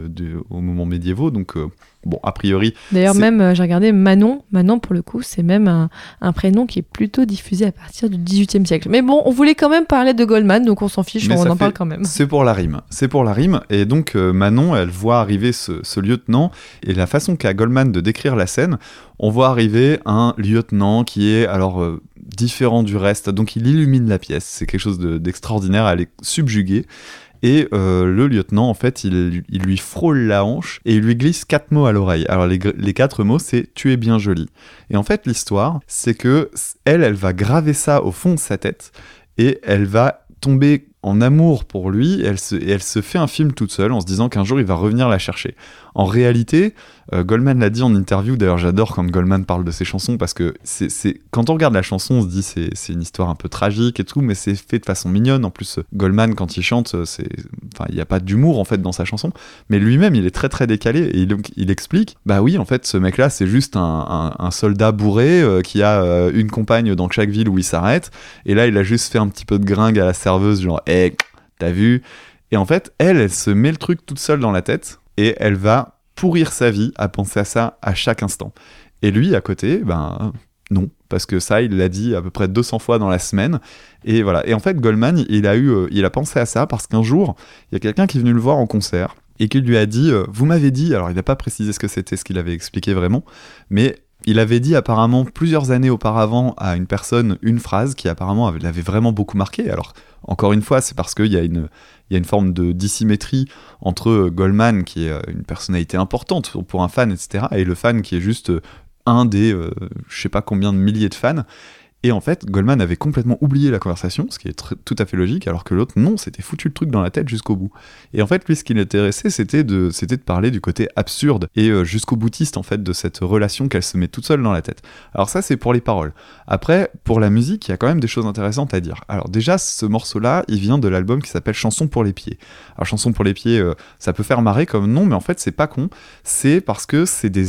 moment médiévaux, donc bon a priori... D'ailleurs même j'ai regardé Manon pour le coup c'est même un prénom qui est plutôt diffusé à partir du XVIIIe siècle. Mais bon on voulait quand même parler de Goldman donc on s'en fiche, on en parle quand même. C'est pour la rime, et donc Manon elle voit arriver ce lieutenant, et la façon qu'a Goldman de décrire la scène, on voit arriver un lieutenant qui est alors différent du reste, donc il illumine la pièce, c'est quelque chose d'extraordinaire, elle est subjuguée, et le lieutenant en fait il lui frôle la hanche et il lui glisse 4 mots à l'oreille. Alors les 4 mots c'est « tu es bien jolie ». Et en fait l'histoire c'est que elle va graver ça au fond de sa tête et elle va tomber en amour pour lui, et elle se fait un film toute seule en se disant qu'un jour il va revenir la chercher. En réalité, Goldman l'a dit en interview, d'ailleurs j'adore quand Goldman parle de ses chansons, parce que quand on regarde la chanson, on se dit c'est une histoire un peu tragique et tout, mais c'est fait de façon mignonne. En plus, Goldman quand il chante, il n'y a pas d'humour en fait dans sa chanson, mais lui-même il est très très décalé, et il explique, bah oui en fait ce mec-là c'est juste un soldat bourré qui a une compagne dans chaque ville où il s'arrête, et là il a juste fait un petit peu de gringue à la serveuse, genre hey, t'as vu ? Et en fait elle se met le truc toute seule dans la tête, et elle va pourrir sa vie à penser à ça à chaque instant. Et lui, à côté, non, parce que ça, il l'a dit à peu près 200 fois dans la semaine. Et voilà. Et en fait, Goldman, il a pensé à ça parce qu'un jour, il y a quelqu'un qui est venu le voir en concert et qui lui a dit « Vous m'avez dit... » Alors, il n'a pas précisé ce que c'était, ce qu'il avait expliqué vraiment, mais il avait dit apparemment plusieurs années auparavant à une personne une phrase qui apparemment l'avait vraiment beaucoup marqué. Alors, encore une fois, c'est parce qu'il y a une forme de dissymétrie entre Goldman, qui est une personnalité importante pour un fan, etc., et le fan qui est juste un des je sais pas combien de milliers de fans. Et en fait, Goldman avait complètement oublié la conversation, ce qui est tout à fait logique, alors que l'autre, non, s'était foutu le truc dans la tête jusqu'au bout. Et en fait, lui, ce qui l'intéressait, c'était de parler du côté absurde et jusqu'au boutiste, en fait, de cette relation qu'elle se met toute seule dans la tête. Alors ça, c'est pour les paroles. Après, pour la musique, il y a quand même des choses intéressantes à dire. Alors déjà, ce morceau-là, il vient de l'album qui s'appelle Chanson pour les pieds. Alors Chanson pour les pieds, ça peut faire marrer comme nom, mais en fait, c'est pas con. C'est parce que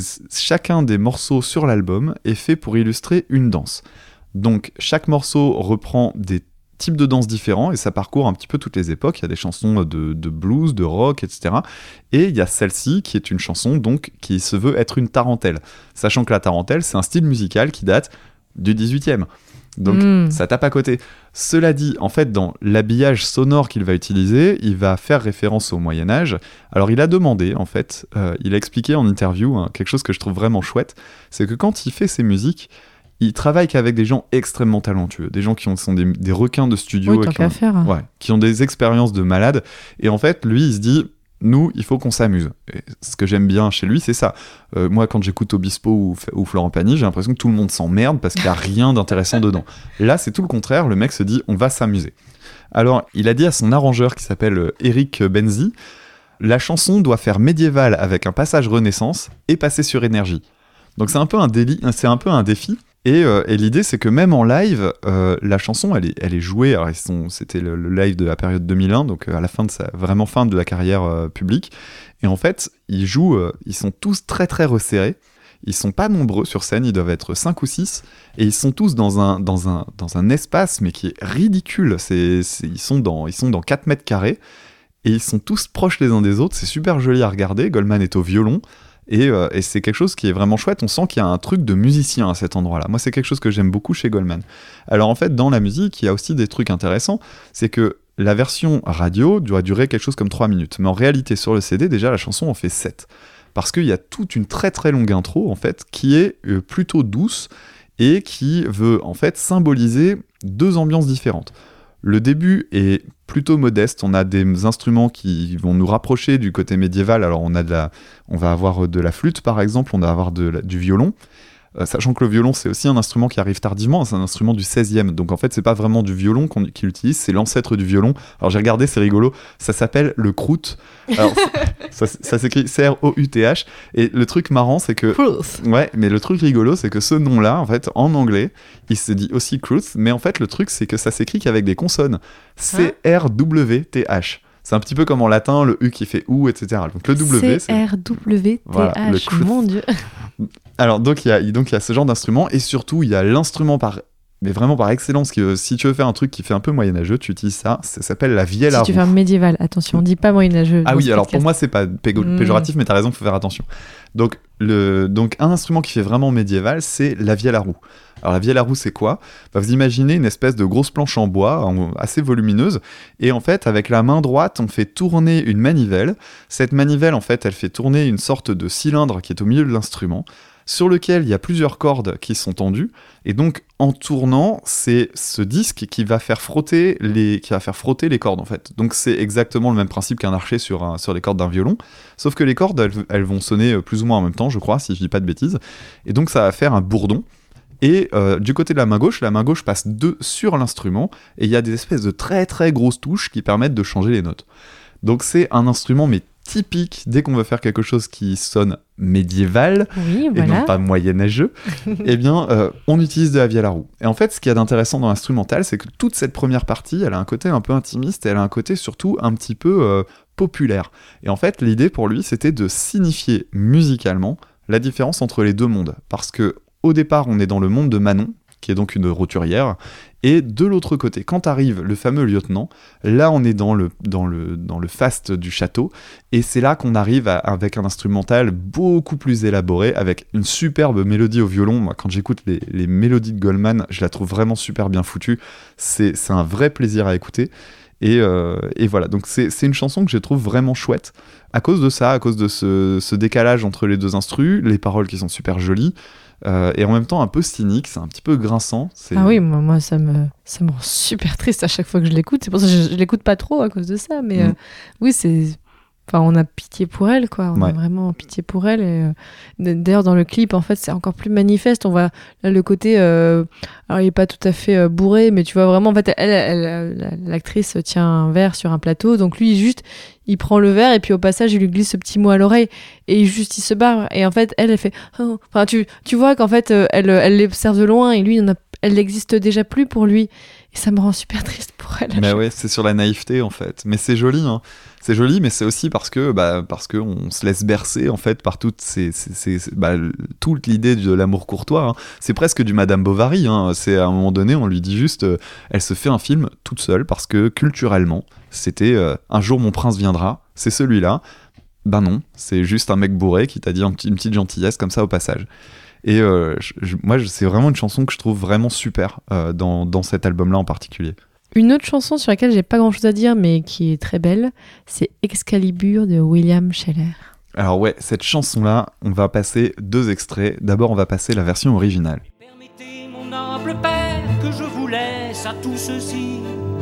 chacun des morceaux sur l'album est fait pour illustrer une danse. Donc chaque morceau reprend des types de danses différents et ça parcourt un petit peu toutes les époques. Il y a des chansons de blues, de rock, etc. Et il y a celle-ci qui est une chanson donc qui se veut être une tarentelle. Sachant que la tarentelle, c'est un style musical qui date du 18e. Donc ça tape à côté. Cela dit, en fait, dans l'habillage sonore qu'il va utiliser, il va faire référence au Moyen-Âge. Alors il a demandé, en fait, il a expliqué en interview quelque chose que je trouve vraiment chouette, c'est que quand il fait ses musiques, il travaille qu'avec des gens extrêmement talentueux, des gens qui sont des requins de studio, oui, qui ont des expériences de malades. Et en fait, lui, il se dit, nous, il faut qu'on s'amuse. Et ce que j'aime bien chez lui, c'est ça. Moi, quand j'écoute Obispo ou Florent Pagny, j'ai l'impression que tout le monde s'emmerde parce qu'il n'y a rien d'intéressant dedans. Là, c'est tout le contraire. Le mec se dit, on va s'amuser. Alors, il a dit à son arrangeur qui s'appelle Eric Benzi, La chanson doit faire médiéval avec un passage Renaissance et passer sur énergie. Donc c'est un peu un défi. Et l'idée, c'est que même en live, la chanson, elle est jouée. Alors, c'était le live de la période 2001, donc à la fin de la carrière publique. Et en fait, ils sont tous très très resserrés. Ils sont pas nombreux sur scène, ils doivent être 5 ou 6, et ils sont tous dans un espace, mais qui est ridicule. Ils sont dans 4 mètres carrés, et ils sont tous proches les uns des autres. C'est super joli à regarder. Goldman est au violon. Et c'est quelque chose qui est vraiment chouette. On sent qu'il y a un truc de musicien à cet endroit-là. Moi, c'est quelque chose que j'aime beaucoup chez Goldman. Alors en fait, dans la musique, il y a aussi des trucs intéressants. C'est que la version radio doit durer quelque chose comme 3 minutes. Mais en réalité, sur le CD, déjà, la chanson en fait 7. Parce qu'il y a toute une très très longue intro, en fait, qui est plutôt douce et qui veut, en fait, symboliser 2 ambiances différentes. Le début est plutôt modeste, on a des instruments qui vont nous rapprocher du côté médiéval. Alors on va avoir de la flûte par exemple, on va avoir du violon, sachant que le violon c'est aussi un instrument qui arrive tardivement, c'est un instrument du 16e, donc en fait c'est pas vraiment du violon qu'il utilise, c'est l'ancêtre du violon. Alors j'ai regardé, c'est rigolo, ça s'appelle le croûte. Alors ça s'écrit C-R-O-U-T-H, et le truc marrant c'est que... Ouais, mais le truc rigolo c'est que ce nom-là, en fait, en anglais, il se dit aussi croûte, mais en fait le truc c'est que ça s'écrit qu'avec des consonnes. C-R-W-T-H. C'est un petit peu comme en latin, le U qui fait OU, etc. Donc le W, c'est... C-R-W-T-H, voilà, mon Dieu. Alors donc il y a ce genre d'instrument, et surtout il y a l'instrument mais vraiment par excellence, si tu veux faire un truc qui fait un peu moyenâgeux, tu utilises ça s'appelle la vielle à roue. Si tu veux faire médiéval, attention, on dit pas moyenâgeux. Ah oui, alors pour moi c'est pas péjoratif, mais t'as raison, faut faire attention. Donc un instrument qui fait vraiment médiéval, c'est la vielle à roue. Alors la vielle à roue, c'est quoi ? Vous imaginez une espèce de grosse planche en bois, assez volumineuse, et en fait, avec la main droite, on fait tourner une manivelle. Cette manivelle, en fait, elle fait tourner une sorte de cylindre qui est au milieu de l'instrument, sur lequel il y a plusieurs cordes qui sont tendues, et donc en tournant, c'est ce disque qui va faire frotter les cordes en fait. Donc c'est exactement le même principe qu'un archet sur les cordes d'un violon, sauf que les cordes elles vont sonner plus ou moins en même temps, je crois, si je dis pas de bêtises, et donc ça va faire un bourdon. Et du côté de la main gauche passe sur l'instrument, et il y a des espèces de très très grosses touches qui permettent de changer les notes. Donc c'est un instrument mais typique, dès qu'on veut faire quelque chose qui sonne médiéval, oui, voilà, et non pas moyenâgeux, eh bien, on utilise de la vielle à roue. Et en fait, ce qu'il y a d'intéressant dans l'instrumental, c'est que toute cette première partie, elle a un côté un peu intimiste, et elle a un côté surtout un petit peu populaire. Et en fait, l'idée pour lui, c'était de signifier musicalement la différence entre les deux mondes. Parce que, au départ, on est dans le monde de Manon, qui est donc une roturière, et de l'autre côté, quand arrive le fameux lieutenant, là on est dans le faste du château, et c'est là qu'on arrive avec un instrumental beaucoup plus élaboré, avec une superbe mélodie au violon. Moi, quand j'écoute les mélodies de Goldman, je la trouve vraiment super bien foutue, c'est un vrai plaisir à écouter, et voilà, donc c'est une chanson que je trouve vraiment chouette, à cause de ça, à cause de ce décalage entre les deux instrus, les paroles qui sont super jolies, et en même temps un peu cynique, c'est un petit peu grinçant. Ah oui, moi ça me rend super triste à chaque fois que je l'écoute, c'est pour ça que je l'écoute pas trop à cause de ça, mais oui, on a pitié pour elle, quoi. On a vraiment pitié pour elle. Et, d'ailleurs, dans le clip, en fait, c'est encore plus manifeste. On voit là le côté... alors, il est pas tout à fait bourré, mais tu vois vraiment... En fait, l'actrice tient un verre sur un plateau. Donc, lui, il prend le verre et puis au passage, il lui glisse ce petit mot à l'oreille. Et il se barre. Et en fait, elle fait... Oh. Enfin, tu vois qu'en fait, elle l'observe de loin et lui, elle n'existe déjà plus pour lui. Et ça me rend super triste pour elle. Mais ouais, c'est sur la naïveté, en fait. Mais c'est joli, hein. C'est joli, mais c'est aussi parce que on se laisse bercer en fait par toute toute l'idée de l'amour courtois. Hein. C'est presque du Madame Bovary. Hein. C'est à un moment donné, on lui dit juste, elle se fait un film toute seule parce que culturellement, c'était un jour mon prince viendra. C'est celui-là. Ben non, c'est juste un mec bourré qui t'a dit une petite gentillesse comme ça au passage. Et moi, c'est vraiment une chanson que je trouve vraiment super dans cet album-là en particulier. Une autre chanson sur laquelle j'ai pas grand chose à dire mais qui est très belle, c'est Excalibur de William Sheller. Alors ouais, cette chanson-là, on va passer 2 extraits. D'abord, on va passer la version originale. Permettez, mon humble père, que je vous laisse à tout ceci.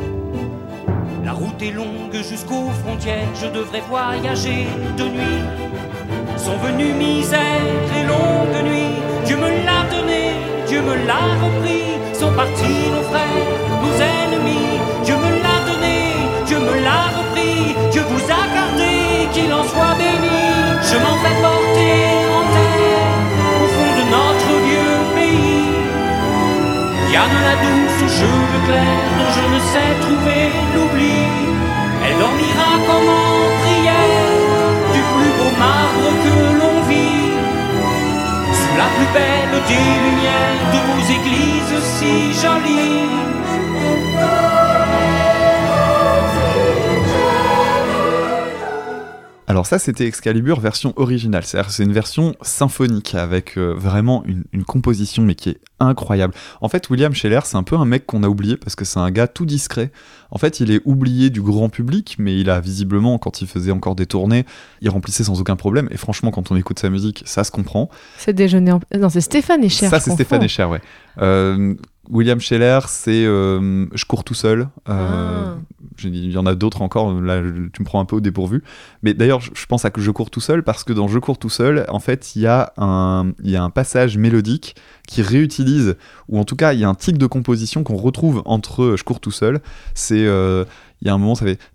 La route est longue jusqu'aux frontières, je devrais voyager de nuit. Sont venues misère et longue nuit, Dieu me l'a donné, Dieu me l'a repris. Sont partis nos frères, nos ennemis. Dieu me l'a donné, Dieu me l'a repris. Dieu vous a gardé, qu'il en soit béni. Je m'en vais porter en terre, au fond de notre vieux pays. Diane la douce aux cheveux clairs, dont je ne sais trouver l'oubli. Elle dormira comme en prière, du plus beau marbre que l'on vit. Sous la plus belle des lumières de vos églises si jolies. Alors ça, c'était Excalibur version originale, c'est-à-dire que c'est une version symphonique avec vraiment une composition mais qui est incroyable. En fait, William Sheller, c'est un peu un mec qu'on a oublié parce que c'est un gars tout discret. En fait, il est oublié du grand public, mais il a visiblement, quand il faisait encore des tournées, il remplissait sans aucun problème. Et franchement, quand on écoute sa musique, ça se comprend. C'est Déjeuner en... Non, c'est Stéphane Escher. Ça, c'est Stéphane Escher, ouais. William Sheller, c'est Je cours tout seul. Il y en a d'autres encore, là tu me prends un peu au dépourvu. Mais d'ailleurs, je pense à Je cours tout seul parce que dans Je cours tout seul, en fait, il y a un passage mélodique qui réutilise, ou en tout cas, il y a un tic de composition qu'on retrouve entre Je cours tout seul. C'est... il y a un moment, ça fait...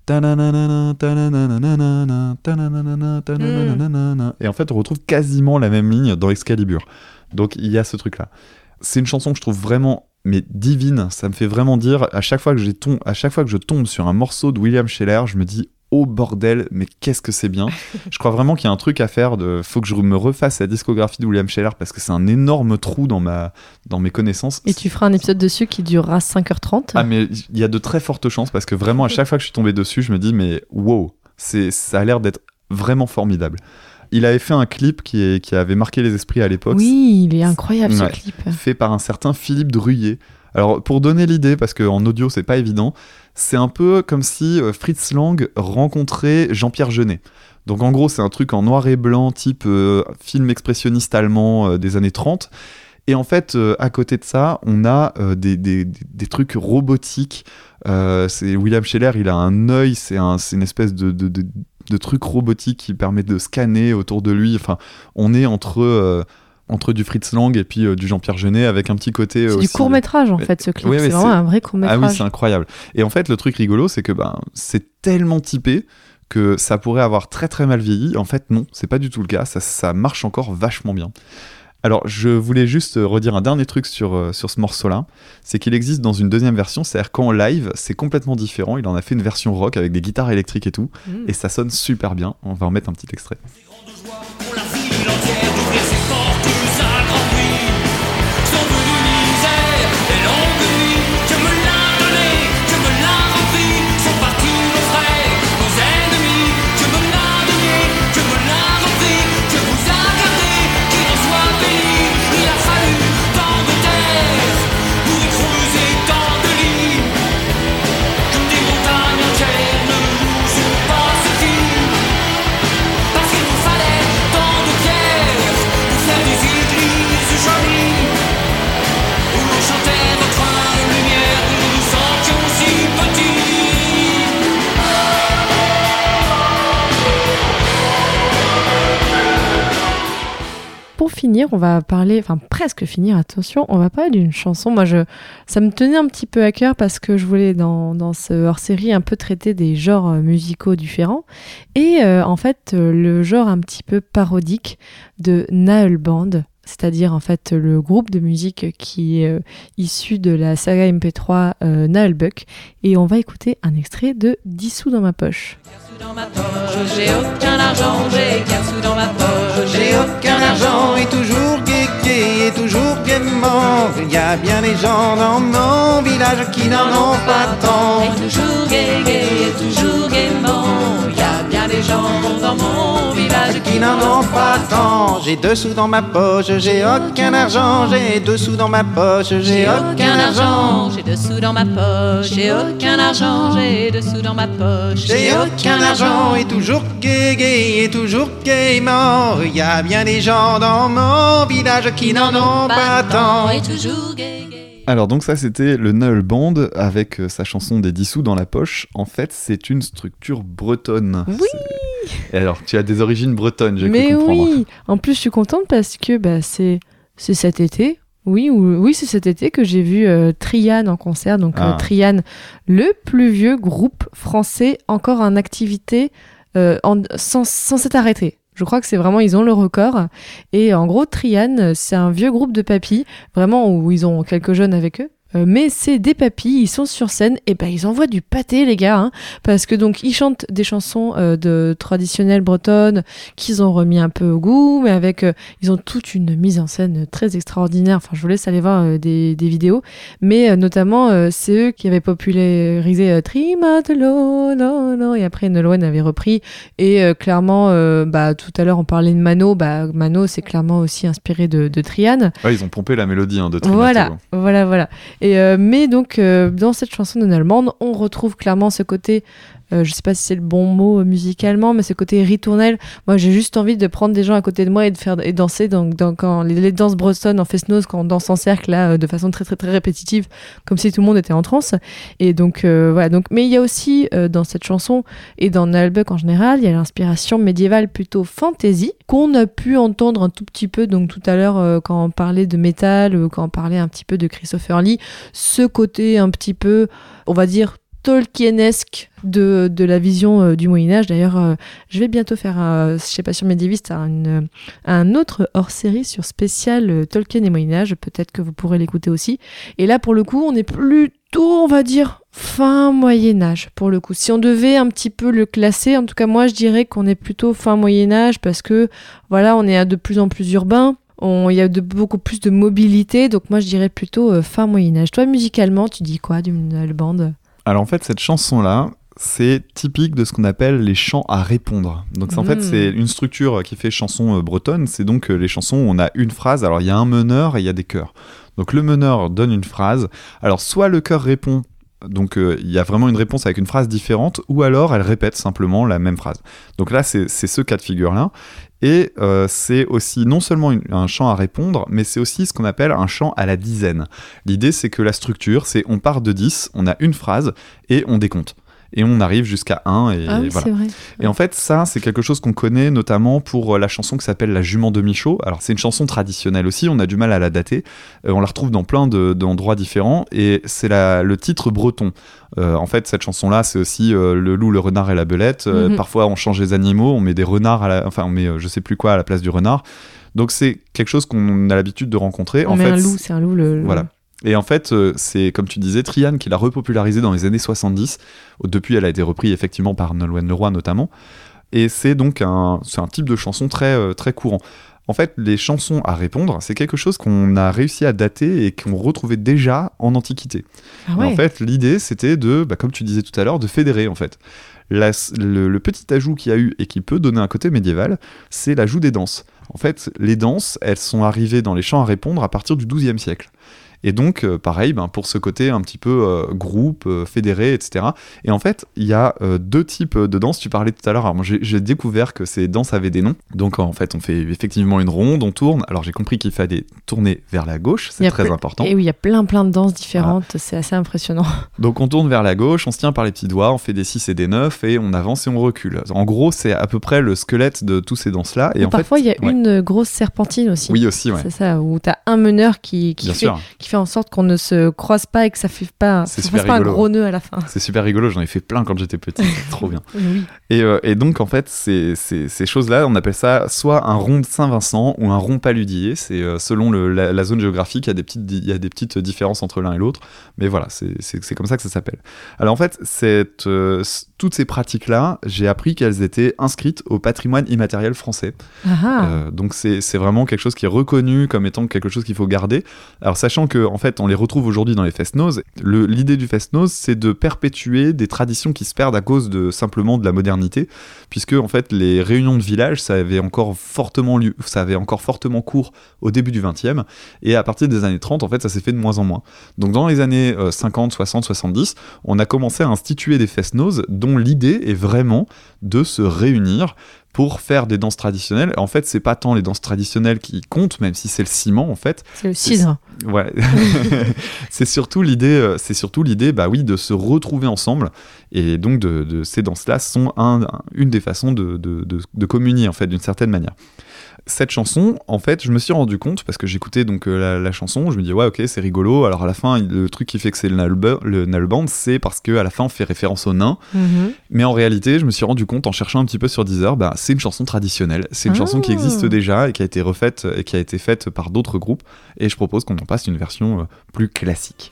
Et en fait, on retrouve quasiment la même ligne dans Excalibur. Donc, il y a ce truc-là. C'est une chanson que je trouve vraiment divine. Ça me fait vraiment dire, à chaque fois que je tombe sur un morceau de William Sheller, je me dis oh bordel, mais qu'est-ce que c'est bien. Je crois vraiment qu'il y a un truc à faire. Faut que je me refasse la discographie de William Sheller parce que c'est un énorme trou dans mes connaissances. Et tu feras un épisode dessus qui durera 5h30. Ah, mais il y a de très fortes chances parce que vraiment, à chaque fois que je suis tombé dessus, je me dis mais wow, ça a l'air d'être vraiment formidable. Il avait fait un clip qui avait marqué les esprits à l'époque. Oui, il est incroyable ce clip. Fait par un certain Philippe Druillet. Alors, pour donner l'idée, parce qu'en audio, c'est pas évident, c'est un peu comme si Fritz Lang rencontrait Jean-Pierre Jeunet. Donc, en gros, c'est un truc en noir et blanc, type film expressionniste allemand des années 30. Et en fait, à côté de ça, on a des trucs robotiques. C'est William Sheller, il a un œil, c'est une espèce de truc robotique qui permet de scanner autour de lui. Enfin, on est entre du Fritz Lang et puis du Jean-Pierre Jeunet avec un petit côté c'est aussi... du court-métrage en fait ce clip, oui, c'est vraiment un vrai court-métrage. Ah oui, c'est incroyable. Et en fait, le truc rigolo, c'est que c'est tellement typé que ça pourrait avoir très très mal vieilli. En fait, non, c'est pas du tout le cas, ça marche encore vachement bien. Alors, je voulais juste redire un dernier truc sur ce morceau-là, c'est qu'il existe dans une deuxième version, c'est-à-dire qu'en live, c'est complètement différent. Il en a fait une version rock avec des guitares électriques et tout, et ça sonne super bien. On va en mettre un petit extrait. Pour finir, on va parler, enfin presque finir, attention, on va parler d'une chanson. Moi, ça me tenait un petit peu à cœur parce que je voulais dans ce hors-série un peu traiter des genres musicaux différents. Et en fait, le genre un petit peu parodique de Naël Band, c'est-à-dire en fait le groupe de musique qui est issu de la saga MP3 Naël Buck. Et on va écouter un extrait de 10 sous dans ma poche. Dans ma poche, j'ai aucun argent, j'ai 15 sous dans ma poche, j'ai aucun argent, et toujours gai, et toujours gaiement. Il y a bien des gens dans mon village qui n'en ont pas tant. Et toujours gai, et toujours gaiement. Il y a bien des gens dans mon village qui n'en ont pas tant. J'ai 2 sous dans ma poche, j'ai aucun argent, j'ai 2 sous dans ma poche, j'ai aucun argent. J'ai 2 sous dans ma poche, j'ai aucun argent, j'ai 2 sous dans ma poche, j'ai aucun argent, et toujours gai, et toujours gaiement. Il y a bien des gens dans mon village qui n'en ont pas tant. Et toujours gai. Alors donc ça c'était le Naël Band avec sa chanson des 10 sous dans la poche. En fait c'est une structure bretonne. Oui. Et alors tu as des origines bretonnes, j'ai cru comprendre. Mais oui, en plus je suis contente parce que c'est cet été. Oui, c'est cet été que j'ai vu Trian en concert. Donc Trian, le plus vieux groupe français encore en activité sans s'être arrêtés. Je crois que c'est vraiment, ils ont le record. Et en gros, Trian, c'est un vieux groupe de papis, vraiment où ils ont quelques jeunes avec eux. Mais c'est des papis, ils sont sur scène, et ben ils envoient du pâté les gars, hein, parce que donc ils chantent des chansons de traditionnelles bretonnes qu'ils ont remis un peu au goût, mais avec ils ont toute une mise en scène très extraordinaire. Enfin, je vous laisse aller voir des vidéos, mais notamment c'est eux qui avaient popularisé Trimatelo, et après Nolwenn avait repris, et clairement, tout à l'heure on parlait de Mano, Mano c'est clairement aussi inspiré de Trian. Ouais, ils ont pompé la mélodie de Trimatelo. Voilà. Et mais donc dans cette chanson non allemande, on retrouve clairement ce côté, je sais pas si c'est le bon mot musicalement, mais ce côté ritournel. Moi, j'ai juste envie de prendre des gens à côté de moi et danser quand les danses bretonnes en fest-noz, quand on danse en cercle là, de façon très très très répétitive, comme si tout le monde était en transe. Et donc voilà. Donc, mais il y a aussi dans cette chanson et dans Nullbuck en général, il y a l'inspiration médiévale plutôt fantasy qu'on a pu entendre un tout petit peu. Donc tout à l'heure quand on parlait de métal ou quand on parlait un petit peu de Christopher Lee, ce côté un petit peu, on va dire, Tolkienesque de la vision du Moyen-Âge. D'ailleurs, je vais bientôt faire, je sais pas, sur Médiéviste, un autre hors-série sur spécial Tolkien et Moyen-Âge. Peut-être que vous pourrez l'écouter aussi. Et là, pour le coup, on est plutôt, on va dire, fin Moyen-Âge, pour le coup. Si on devait un petit peu le classer, en tout cas, moi, je dirais qu'on est plutôt fin Moyen-Âge parce que, voilà, on est de plus en plus urbain. Il y a beaucoup plus de mobilité. Donc, moi, je dirais plutôt fin Moyen-Âge. Toi, musicalement, tu dis quoi d'une bande ? Alors en fait, cette chanson-là, c'est typique de ce qu'on appelle les chants à répondre. Donc en fait, c'est une structure qui fait chanson bretonne. C'est donc les chansons où on a une phrase. Alors il y a un meneur et il y a des chœurs. Donc le meneur donne une phrase. Alors soit le chœur répond, donc il y a vraiment une réponse avec une phrase différente, ou alors elle répète simplement la même phrase. Donc là, c'est ce cas de figure-là. Et c'est aussi non seulement un chant à répondre, mais c'est aussi ce qu'on appelle un chant à la dizaine. L'idée, c'est que la structure, c'est on part de 10, on a une phrase, et on décompte. Et on arrive jusqu'à 1, et oui, voilà. C'est vrai. Et en fait, ça, c'est quelque chose qu'on connaît notamment pour la chanson qui s'appelle La Jument de Michaud. Alors, c'est une chanson traditionnelle aussi, on a du mal à la dater. On la retrouve dans plein d'endroits différents, et c'est le titre breton. En fait, cette chanson-là, c'est aussi le loup, le renard et la belette. Parfois, on change les animaux, on met des renards, on met je sais plus quoi à la place du renard. Donc, c'est quelque chose qu'on a l'habitude de rencontrer. C'est un loup. Voilà. Et en fait, c'est comme tu disais, Trian qui l'a repopularisé dans les années 70. Depuis, elle a été reprise effectivement par Nolwenn Leroy notamment. Et c'est donc un type de chanson très, très courant. En fait, les chansons à répondre, c'est quelque chose qu'on a réussi à dater et qu'on retrouvait déjà en Antiquité. Ah ouais. En fait, l'idée, c'était comme tu disais tout à l'heure, de fédérer en fait. Le petit ajout qu'il y a eu et qui peut donner un côté médiéval, c'est l'ajout des danses. En fait, les danses, elles sont arrivées dans les chants à répondre à partir du XIIe siècle. Et donc, pareil, pour ce côté un petit peu groupe, fédéré, etc. Et en fait, il y a deux types de danses. Tu parlais tout à l'heure, alors moi j'ai découvert que ces danses avaient des noms. Donc en fait, on fait effectivement une ronde, on tourne. Alors j'ai compris qu'il fallait tourner vers la gauche, c'est très important. Et oui, il y a plein de danses différentes, c'est assez impressionnant. Donc on tourne vers la gauche, on se tient par les petits doigts, on fait des 6 et des 9, et on avance et on recule. En gros, c'est à peu près le squelette de tous ces danses-là. Et parfois, il y a une grosse serpentine aussi. Oui, aussi, ouais. C'est ça, où tu as un meneur qui fait en sorte qu'on ne se croise pas et que ça fasse pas un gros nœud à la fin. C'est super rigolo, j'en ai fait plein quand j'étais petit, c'est trop bien. Oui. Et donc en fait, ces choses-là, on appelle ça soit un rond de Saint-Vincent ou un rond paludier, c'est selon la zone géographique, il y a des petites différences entre l'un et l'autre, mais voilà, c'est comme ça que ça s'appelle. Alors en fait, toutes ces pratiques-là, j'ai appris qu'elles étaient inscrites au patrimoine immatériel français. Donc c'est vraiment quelque chose qui est reconnu comme étant quelque chose qu'il faut garder. Alors sachant que en fait, on les retrouve aujourd'hui dans les fest-noz. L'idée du fest-noz, c'est de perpétuer des traditions qui se perdent à cause simplement de la modernité, puisque en fait les réunions de village, ça avait encore fortement cours au début du 20e, et à partir des années 30, en fait, ça s'est fait de moins en moins. Donc dans les années 50, 60, 70, on a commencé à instituer des fest-noz dont l'idée est vraiment de se réunir pour faire des danses traditionnelles. En fait, c'est pas tant les danses traditionnelles qui comptent, même si c'est le ciment en fait. C'est le cidre. Ouais. c'est surtout l'idée, bah oui, de se retrouver ensemble. Et donc de ces danses-là sont une des façons de communier en fait d'une certaine manière. Cette chanson, en fait, je me suis rendu compte, parce que j'écoutais donc la chanson, je me dis ouais, ok, c'est rigolo. Alors à la fin, le truc qui fait que c'est le Nalband, c'est parce qu'à la fin, on fait référence au nain. Mais en réalité, je me suis rendu compte, en cherchant un petit peu sur Deezer, bah, c'est une chanson traditionnelle. C'est une chanson qui existe déjà et qui a été refaite et qui a été faite par d'autres groupes. Et je propose qu'on en passe une version plus classique.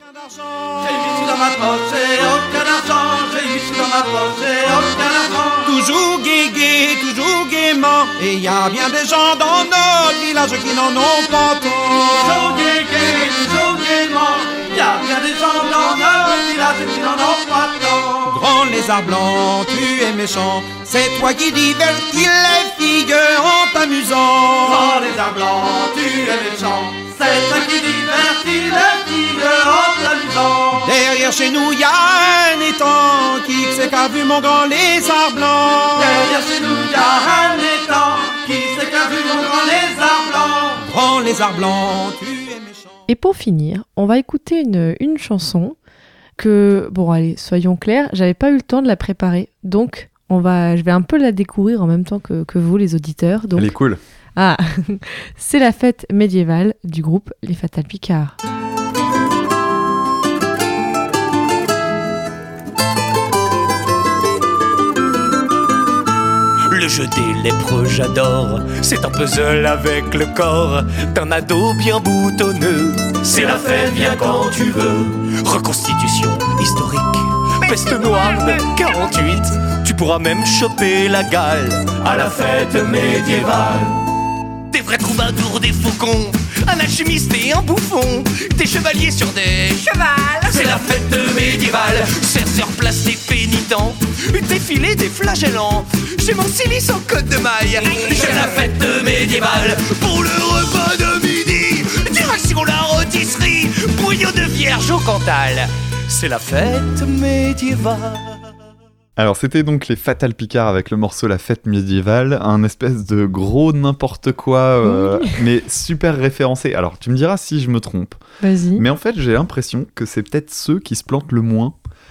Toujours gai, toujours gaiement. Et y a bien des gens dans notre village qui n'en ont pas tant. Toujours gai, toujours gaiement. Y a bien des gens dans notre village qui n'en ont pas tant. Grand lézard blanc, tu es méchant. C'est toi qui divertis les filles en t'amusant. Grand lézard blanc, tu es méchant. C'est toi qui divertis les filles en t'amusant. Derrière chez nous y a un étang. Qui c'est qu'a vu mon grand lézard blanc? Derrière chez nous y a un étang. Qui c'est qu'a vu mon grand lézard blanc? Grand lézard blanc, tu es méchant. Et pour finir, on va écouter une chanson que, bon allez, soyons clairs, j'avais pas eu le temps de la préparer. Donc, je vais un peu la découvrir en même temps que vous les auditeurs. Donc, elle est cool. Ah, c'est la fête médiévale du groupe Les Fatal Picards. Le jeu des lépreux, j'adore. C'est un puzzle avec le corps d'un ado bien boutonneux. C'est la fête, viens quand tu veux. Reconstitution historique. Peste noire de 48. Tu pourras même choper la gale à la fête médiévale. Des vrais troubadours, des faucons, un alchimiste et un bouffon, des chevaliers sur des chevals. C'est la fête médiévale. Cerceurs place des pénitents, défilé des flagellants. J'ai mon silice en côte de maille. J'ai la fête médiévale. Pour le repas de midi, direction la rôtisserie, bouillon de vierge au Cantal. C'est la fête médiévale. Alors c'était donc les Fatal Picards avec le morceau La Fête Médiévale, un espèce de gros n'importe quoi, mais super référencé. Alors tu me diras si je me trompe. Vas-y. Mais en fait j'ai l'impression que c'est peut-être ceux qui se plantent le moins.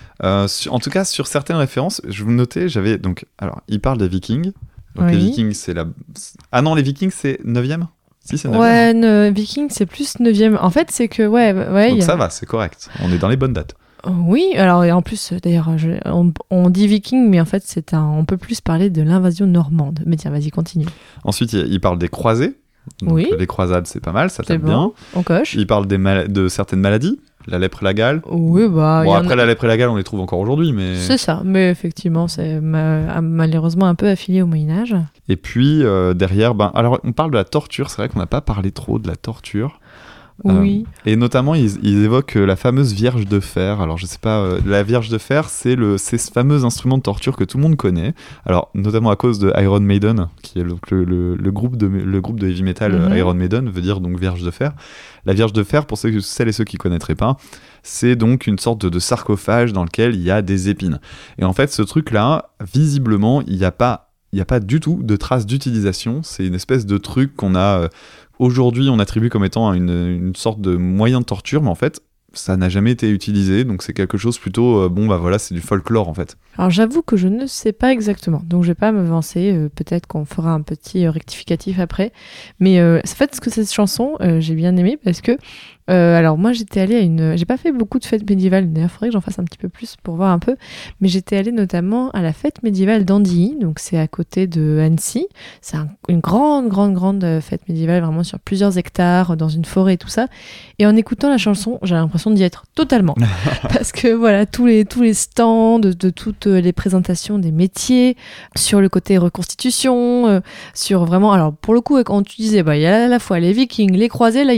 En tout cas sur certaines références, je vous notais, alors il parle des Vikings. Donc les Vikings c'est la... Ah non, les Vikings c'est 9e ? Si, c'est 9e. Ouais, Vikings c'est plus 9e. En fait c'est que ouais. Donc ça va, c'est correct. On est dans les bonnes dates. Oui, alors et en plus, d'ailleurs, on dit viking, mais en fait, on peut plus parler de l'invasion normande. Mais tiens, vas-y, continue. Ensuite, il parle des croisés. Donc, oui. Les croisades, c'est pas mal, ça tape bon, bien. On coche. Il parle de certaines maladies, la lèpre et la gale. Oui, bah... Bon, après, la lèpre et la gale, on les trouve encore aujourd'hui, mais... C'est ça, mais effectivement, c'est malheureusement un peu affilié au Moyen-Âge. Et puis, derrière, alors, on parle de la torture. C'est vrai qu'on n'a pas parlé trop de la torture. Oui. Et notamment, ils évoquent la fameuse Vierge de Fer. Alors, je sais pas, la Vierge de Fer, c'est ce fameux instrument de torture que tout le monde connaît. Alors, notamment à cause de Iron Maiden, qui est donc le groupe de heavy metal Iron Maiden, veut dire donc Vierge de Fer. La Vierge de Fer, pour celles et ceux qui connaîtraient pas, c'est donc une sorte de sarcophage dans lequel il y a des épines. Et en fait, ce truc-là, visiblement, il n'y a pas du tout de traces d'utilisation. C'est une espèce de truc qu'on a... Aujourd'hui, on attribue comme étant une sorte de moyen de torture, mais en fait, ça n'a jamais été utilisé, donc c'est quelque chose plutôt... c'est du folklore, en fait. Alors, j'avoue que je ne sais pas exactement, donc je vais pas m'avancer, peut-être qu'on fera un petit rectificatif après, mais en fait, cette chanson, j'ai bien aimé, parce que alors moi j'étais allée j'ai pas fait beaucoup de fêtes médiévales, d'ailleurs il faudrait que j'en fasse un petit peu plus pour voir un peu, mais j'étais allée notamment à la fête médiévale d'Andilly, donc c'est à côté de Annecy. C'est une grande fête médiévale, vraiment sur plusieurs hectares, dans une forêt et tout ça, et en écoutant la chanson j'ai l'impression d'y être totalement parce que voilà, tous les stands de toutes les présentations des métiers, sur le côté reconstitution, sur vraiment, alors pour le coup quand tu disais il y a à la fois les Vikings, les croisés, là il y a un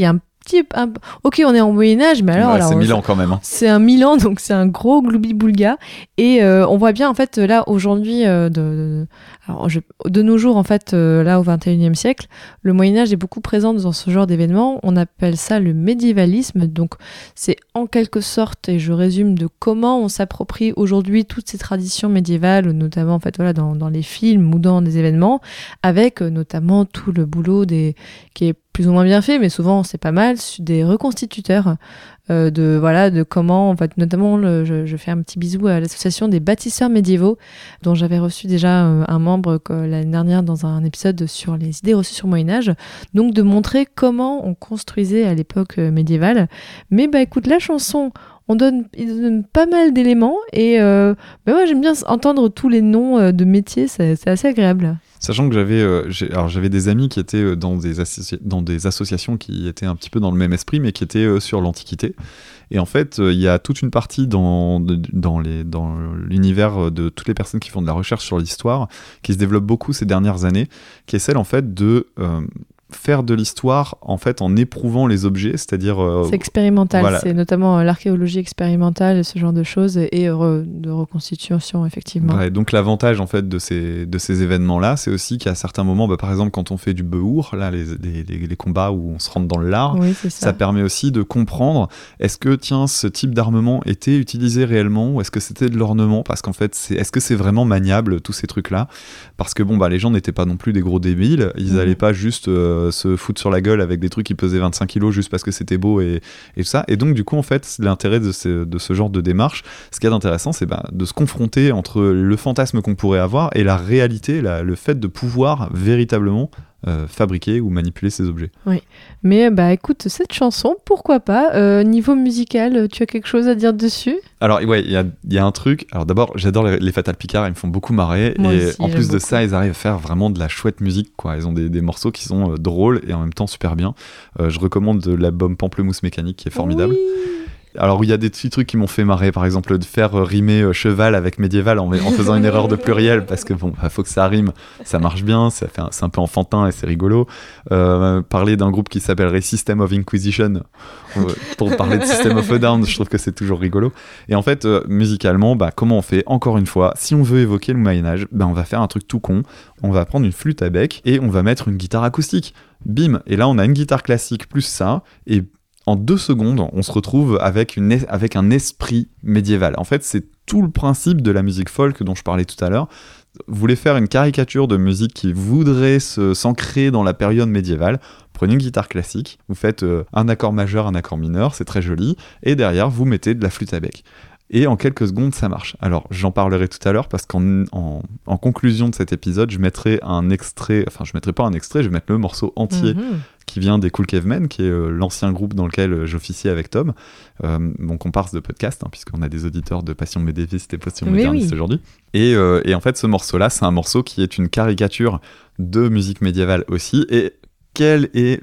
ok, on est en Moyen-Âge, mais alors... c'est 1000 ans quand même. Hein. C'est un 1000 ans, donc c'est un gros gloubi-boulga. Et on voit bien, en fait, là, aujourd'hui, de nos jours, en fait, là, au 21e siècle, le Moyen-Âge est beaucoup présent dans ce genre d'événements. On appelle ça le médiévalisme. Donc, c'est en quelque sorte, et je résume, de comment on s'approprie aujourd'hui toutes ces traditions médiévales, notamment, en fait, voilà, dans les films ou dans des événements, avec notamment tout le boulot qui est plus ou moins bien fait, mais souvent c'est pas mal, des reconstituteurs de comment, en fait, notamment je fais un petit bisou à l'association des bâtisseurs médiévaux, dont j'avais reçu déjà un membre l'année dernière dans un épisode sur les idées reçues sur le Moyen-Âge, donc de montrer comment on construisait à l'époque médiévale. Mais écoute, la chanson, il donne pas mal d'éléments et moi j'aime bien entendre tous les noms de métiers, c'est assez agréable. Sachant que j'avais des amis qui étaient dans des associations qui étaient un petit peu dans le même esprit, mais qui étaient sur l'Antiquité. Et en fait, il y a toute une partie dans l'univers de toutes les personnes qui font de la recherche sur l'histoire, qui se développe beaucoup ces dernières années, qui est celle en fait de faire de l'histoire en fait en éprouvant les objets, c'est-à-dire c'est expérimental, voilà. C'est notamment l'archéologie expérimentale, ce genre de choses, et de reconstitution effectivement. Ouais, donc l'avantage en fait de ces événements-là, c'est aussi qu'à certains moments, par exemple quand on fait du beur, là les combats où on se rentre dans l'art, oui, ça permet aussi de comprendre est-ce que ce type d'armement était utilisé réellement ou est-ce que c'était de l'ornement, parce qu'en fait est-ce que c'est vraiment maniable tous ces trucs-là, parce que les gens n'étaient pas non plus des gros débiles, ils allaient pas juste se foutre sur la gueule avec des trucs qui pesaient 25 kilos juste parce que c'était beau et tout ça. Et donc du coup en fait l'intérêt de ce genre de démarche, ce qu'il y a d'intéressant, c'est de se confronter entre le fantasme qu'on pourrait avoir et la réalité, le fait de pouvoir véritablement fabriquer ou manipuler ces objets. Oui, mais écoute, cette chanson, pourquoi pas, niveau musical, tu as quelque chose à dire dessus ? Alors ouais, il y a un truc. Alors d'abord, j'adore les Fatal Picard, ils me font beaucoup marrer. Moi et aussi, en plus de beaucoup. ça, ils arrivent à faire vraiment de la chouette musique, quoi. Ils ont des morceaux qui sont drôles et en même temps super bien. Je recommande l'album Pamplemousse Mécanique qui est formidable. Oui. Alors, il y a des petits trucs qui m'ont fait marrer, par exemple, de faire rimer cheval avec médiéval en faisant une erreur de pluriel, parce que faut que ça rime, ça marche bien, c'est un peu enfantin et c'est rigolo. Parler d'un groupe qui s'appellerait System of Inquisition, pour parler de System of a Down, je trouve que c'est toujours rigolo. Et en fait, musicalement, comment on fait ? Encore une fois, si on veut évoquer le Moyen-Âge, on va faire un truc tout con, on va prendre une flûte à bec et on va mettre une guitare acoustique. Bim ! Et là, on a une guitare classique plus ça, et en 2 secondes, on se retrouve avec un esprit médiéval. En fait, c'est tout le principe de la musique folk dont je parlais tout à l'heure. Vous voulez faire une caricature de musique qui voudrait s'ancrer dans la période médiévale, prenez une guitare classique, vous faites un accord majeur, un accord mineur, c'est très joli, et derrière, vous mettez de la flûte à bec. Et en quelques secondes, ça marche. Alors, j'en parlerai tout à l'heure parce qu'en conclusion de cet épisode, je mettrai un extrait, enfin, je mettrai pas un extrait, je vais mettre le morceau entier qui vient des Cool Cavemen, qui est l'ancien groupe dans lequel j'officiais avec Tom, mon comparse de podcast, puisqu'on a des auditeurs de Passion médiéviste et Passion moderniste aujourd'hui. Et en fait, ce morceau-là, c'est un morceau qui est une caricature de musique médiévale aussi. Et quelle est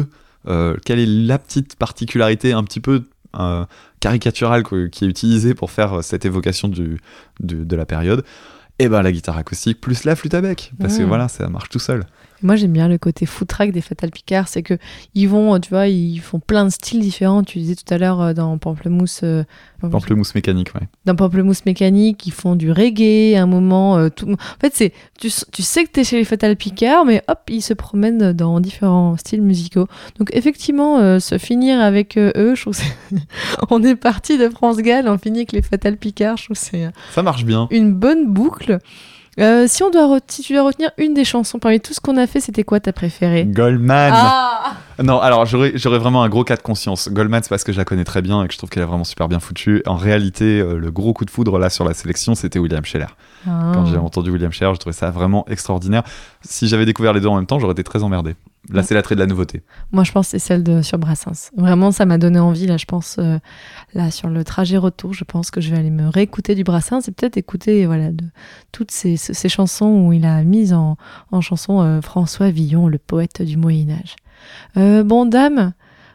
la petite particularité un petit peu caricaturale qui est utilisée pour faire cette évocation de la période? Et la guitare acoustique plus la flûte à bec, parce que voilà, ça marche tout seul. Moi, j'aime bien le côté footrack des Fatal Picard, c'est que ils vont, tu vois, ils font plein de styles différents. Tu disais tout à l'heure dans Pamplemousse Pamplemousse Mécanique, ouais. Dans Pamplemousse Mécanique, ils font du reggae à un moment. En fait, tu sais que t'es chez les Fatal Picard, mais hop, ils se promènent dans différents styles musicaux. Donc effectivement, se finir avec eux, je trouve que on est parti de France Gall, on finit avec les Fatal Picard, je trouve que c'est ça marche bien. Une bonne boucle. Si tu dois retenir une des chansons parmi tout ce qu'on a fait, c'était quoi ta préférée ? Goldman. Non, alors j'aurais vraiment un gros cas de conscience. Goldman, c'est parce que je la connais très bien et que je trouve qu'elle est vraiment super bien foutue. En réalité, le gros coup de foudre là sur la sélection, c'était William Sheller. Quand j'ai entendu William Sheller, je trouvais ça vraiment extraordinaire. Si j'avais découvert les deux en même temps, j'aurais été très emmerdé. Là, c'est l'attrait de la nouveauté. Moi, je pense que c'est celle sur Brassens. Vraiment, ça m'a donné envie. Là, je pense, là, sur le trajet retour, je pense que je vais aller me réécouter du Brassens et peut-être écouter de toutes ces chansons où il a mis en chanson François Villon, le poète du Moyen-Âge. Bon, dame,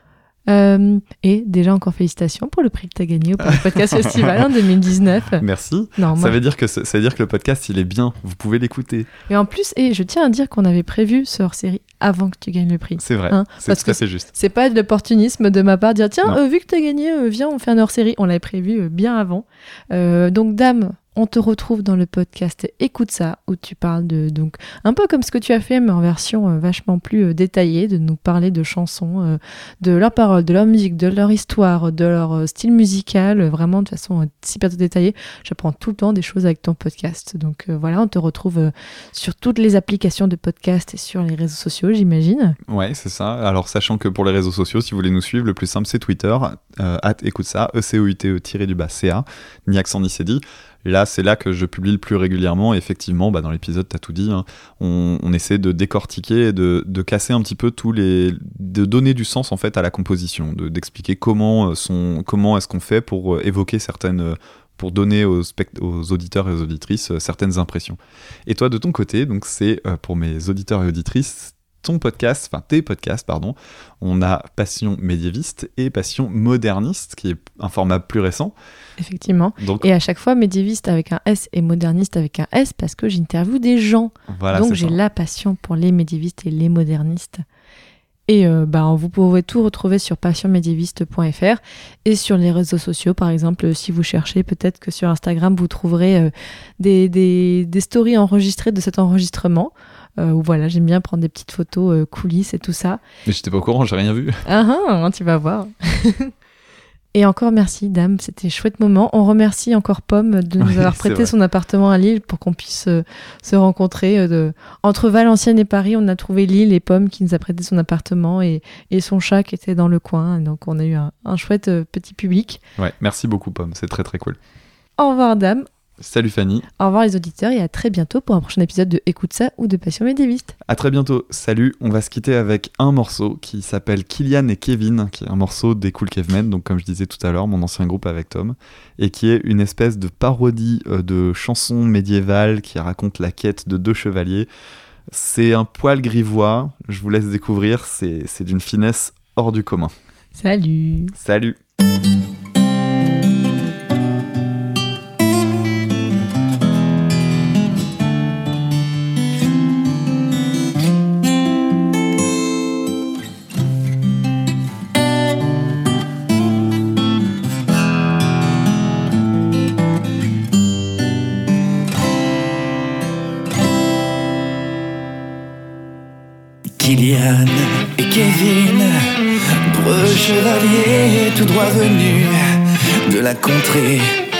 Et déjà encore félicitations pour le prix que tu as gagné au Podcast Festival en 2019. Merci. Non, ça veut dire que le podcast, il est bien. Vous pouvez l'écouter. Et en plus, je tiens à dire qu'on avait prévu ce hors-série avant que tu gagnes le prix. C'est vrai, c'est tout à fait juste. C'est pas de l'opportunisme de ma part de dire tiens, vu que tu as gagné, viens, on fait un hors-série. On l'avait prévu bien avant. Donc, Dame, on te retrouve dans le podcast Écoute ça, où tu parles donc un peu comme ce que tu as fait, mais en version vachement plus détaillée, de nous parler de chansons, de leurs paroles, de leur musique, de leur histoire, de leur style musical, vraiment de façon super détaillée. J'apprends tout le temps des choses avec ton podcast. Donc voilà, on te retrouve sur toutes les applications de podcast et sur les réseaux sociaux, j'imagine. Ouais, c'est ça. Alors, sachant que pour les réseaux sociaux, si vous voulez nous suivre, le plus simple, c'est Twitter, @écoute ça, ECOUTE_CA, ni accent ni cédille. Là, c'est là que je publie le plus régulièrement. Et effectivement, dans l'épisode, t'as tout dit. Hein, on essaie de décortiquer et de casser un petit peu de donner du sens en fait à la composition, d'expliquer comment est-ce qu'on fait pour évoquer pour donner aux auditeurs et aux auditrices certaines impressions. Et toi, de ton côté, donc c'est pour mes auditeurs et auditrices, tes podcasts, on a Passion médiéviste et Passion moderniste, qui est un format plus récent. Effectivement. Et à chaque fois, médiéviste avec un S et moderniste avec un S, parce que j'interviewe des gens. Voilà, donc j'ai la passion pour les médiévistes et les modernistes. Et vous pouvez tout retrouver sur passionmédiéviste.fr et sur les réseaux sociaux. Par exemple, si vous cherchez, peut-être que sur Instagram, vous trouverez des stories enregistrées de cet enregistrement. Voilà, j'aime bien prendre des petites photos coulisses et tout ça. Mais j'étais pas au courant, j'ai rien vu. Tu vas voir. Et encore merci, Dame, c'était un chouette moment. On remercie encore Pomme de nous avoir prêté son appartement à Lille pour qu'on puisse se rencontrer. Entre Valenciennes et Paris, on a trouvé Lille et Pomme qui nous a prêté son appartement et son chat qui était dans le coin. Donc on a eu un chouette petit public. Ouais, merci beaucoup Pomme, c'est très très cool. Au revoir Dame. Salut Fanny. Au revoir les auditeurs et à très bientôt pour un prochain épisode de Écoute ça ou de Passion médiéviste. À très bientôt. Salut. On va se quitter avec un morceau qui s'appelle Kylian et Kevin, qui est un morceau des Cool Cavemen, donc comme je disais tout à l'heure, mon ancien groupe avec Tom, et qui est une espèce de parodie de chanson médiévale qui raconte la quête de deux chevaliers. C'est un poil grivois, je vous laisse découvrir, c'est d'une finesse hors du commun. Salut. Salut. Kylian et Kevin, preux chevaliers tout droit venus de la contrée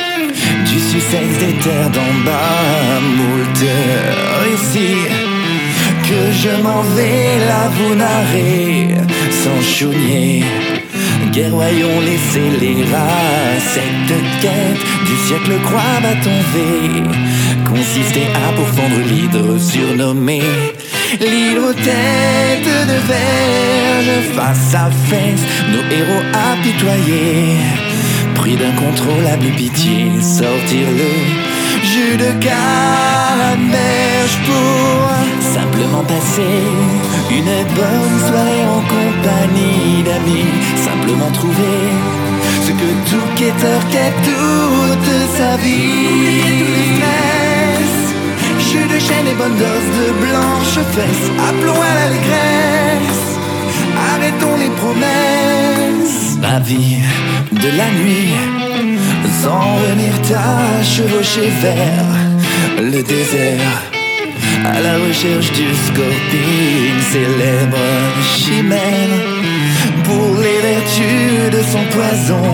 du Sussex des terres d'en bas, moult récits que je m'en vais là vous narrer sans chounier. Guerroyons les scélérats, cette quête du siècle croix bâton V consistait à pourfendre l'hydre surnommé l'île aux têtes de verge. Face à face, nos héros apitoyés, pris d'incontrôlable pitié, sortir le jus de canneberge pour simplement passer une bonne soirée en compagnie d'amis, simplement trouver ce que tout quêteur quête toute sa vie. Tous les stress, jus de chêne et bonne dose de blanches fesses, appelons à l'allégresse, arrêtons les promesses. Ravis de la nuit, sans venir tard, chevaucher vers le désert, à la recherche du scorpion, célèbre chimère, pour les vertus de son poison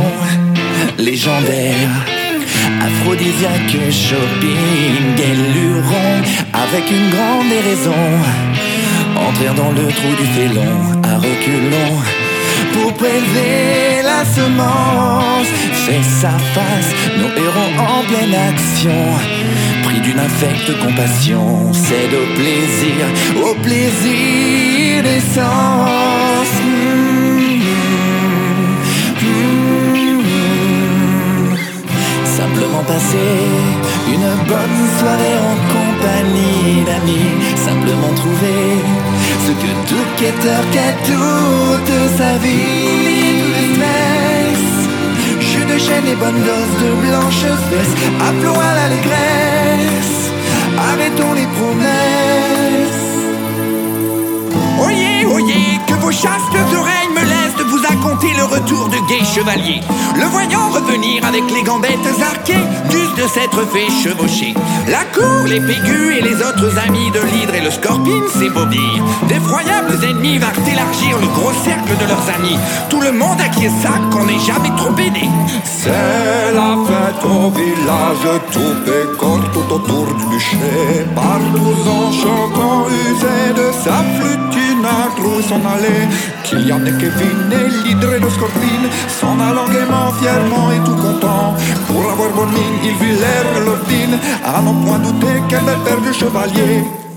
légendaire. Aphrodisiaque, shopping, guéluron, avec une grande déraison, entrèrent dans le trou du félon à reculons, pour prélever la semence. Fait sa face, nos héros en pleine action, pris d'une infecte compassion, cède au plaisir des sens. Simplement passer une bonne soirée en compagnie d'amis, simplement trouver ce que tout quêteur quête toute sa vie. les bonnes doses de blanches fesses. Appelons à l'allégresse, arrêtons les promesses. Oyez, oyez, que vos chastes oreilles me laissent de vous raconter le retour de gai chevalier. Le voyant revenir avec les gambettes arquées, d'us de s'être fait chevaucher. La cour, les pégus et les autres amis de l'hydre et le scorpion s'ébobirent. D'effroyables ennemis vinrent élargir le gros cercle de leurs amis. Tout le monde acquiesça qu'on n'est jamais trop aidé. C'est la fête au village, tout pécore tout autour du bûcher. Partout en chantant, usé de sa flûte, une trouve s'en aller. Kylian et Kevin et l'hydre et le scorpion s'en allant gaiement, fièrement et tout content. Pour avoir bonne mine, ils virent leur dîne, à n'en point douter quelle belle paire de chevaliers.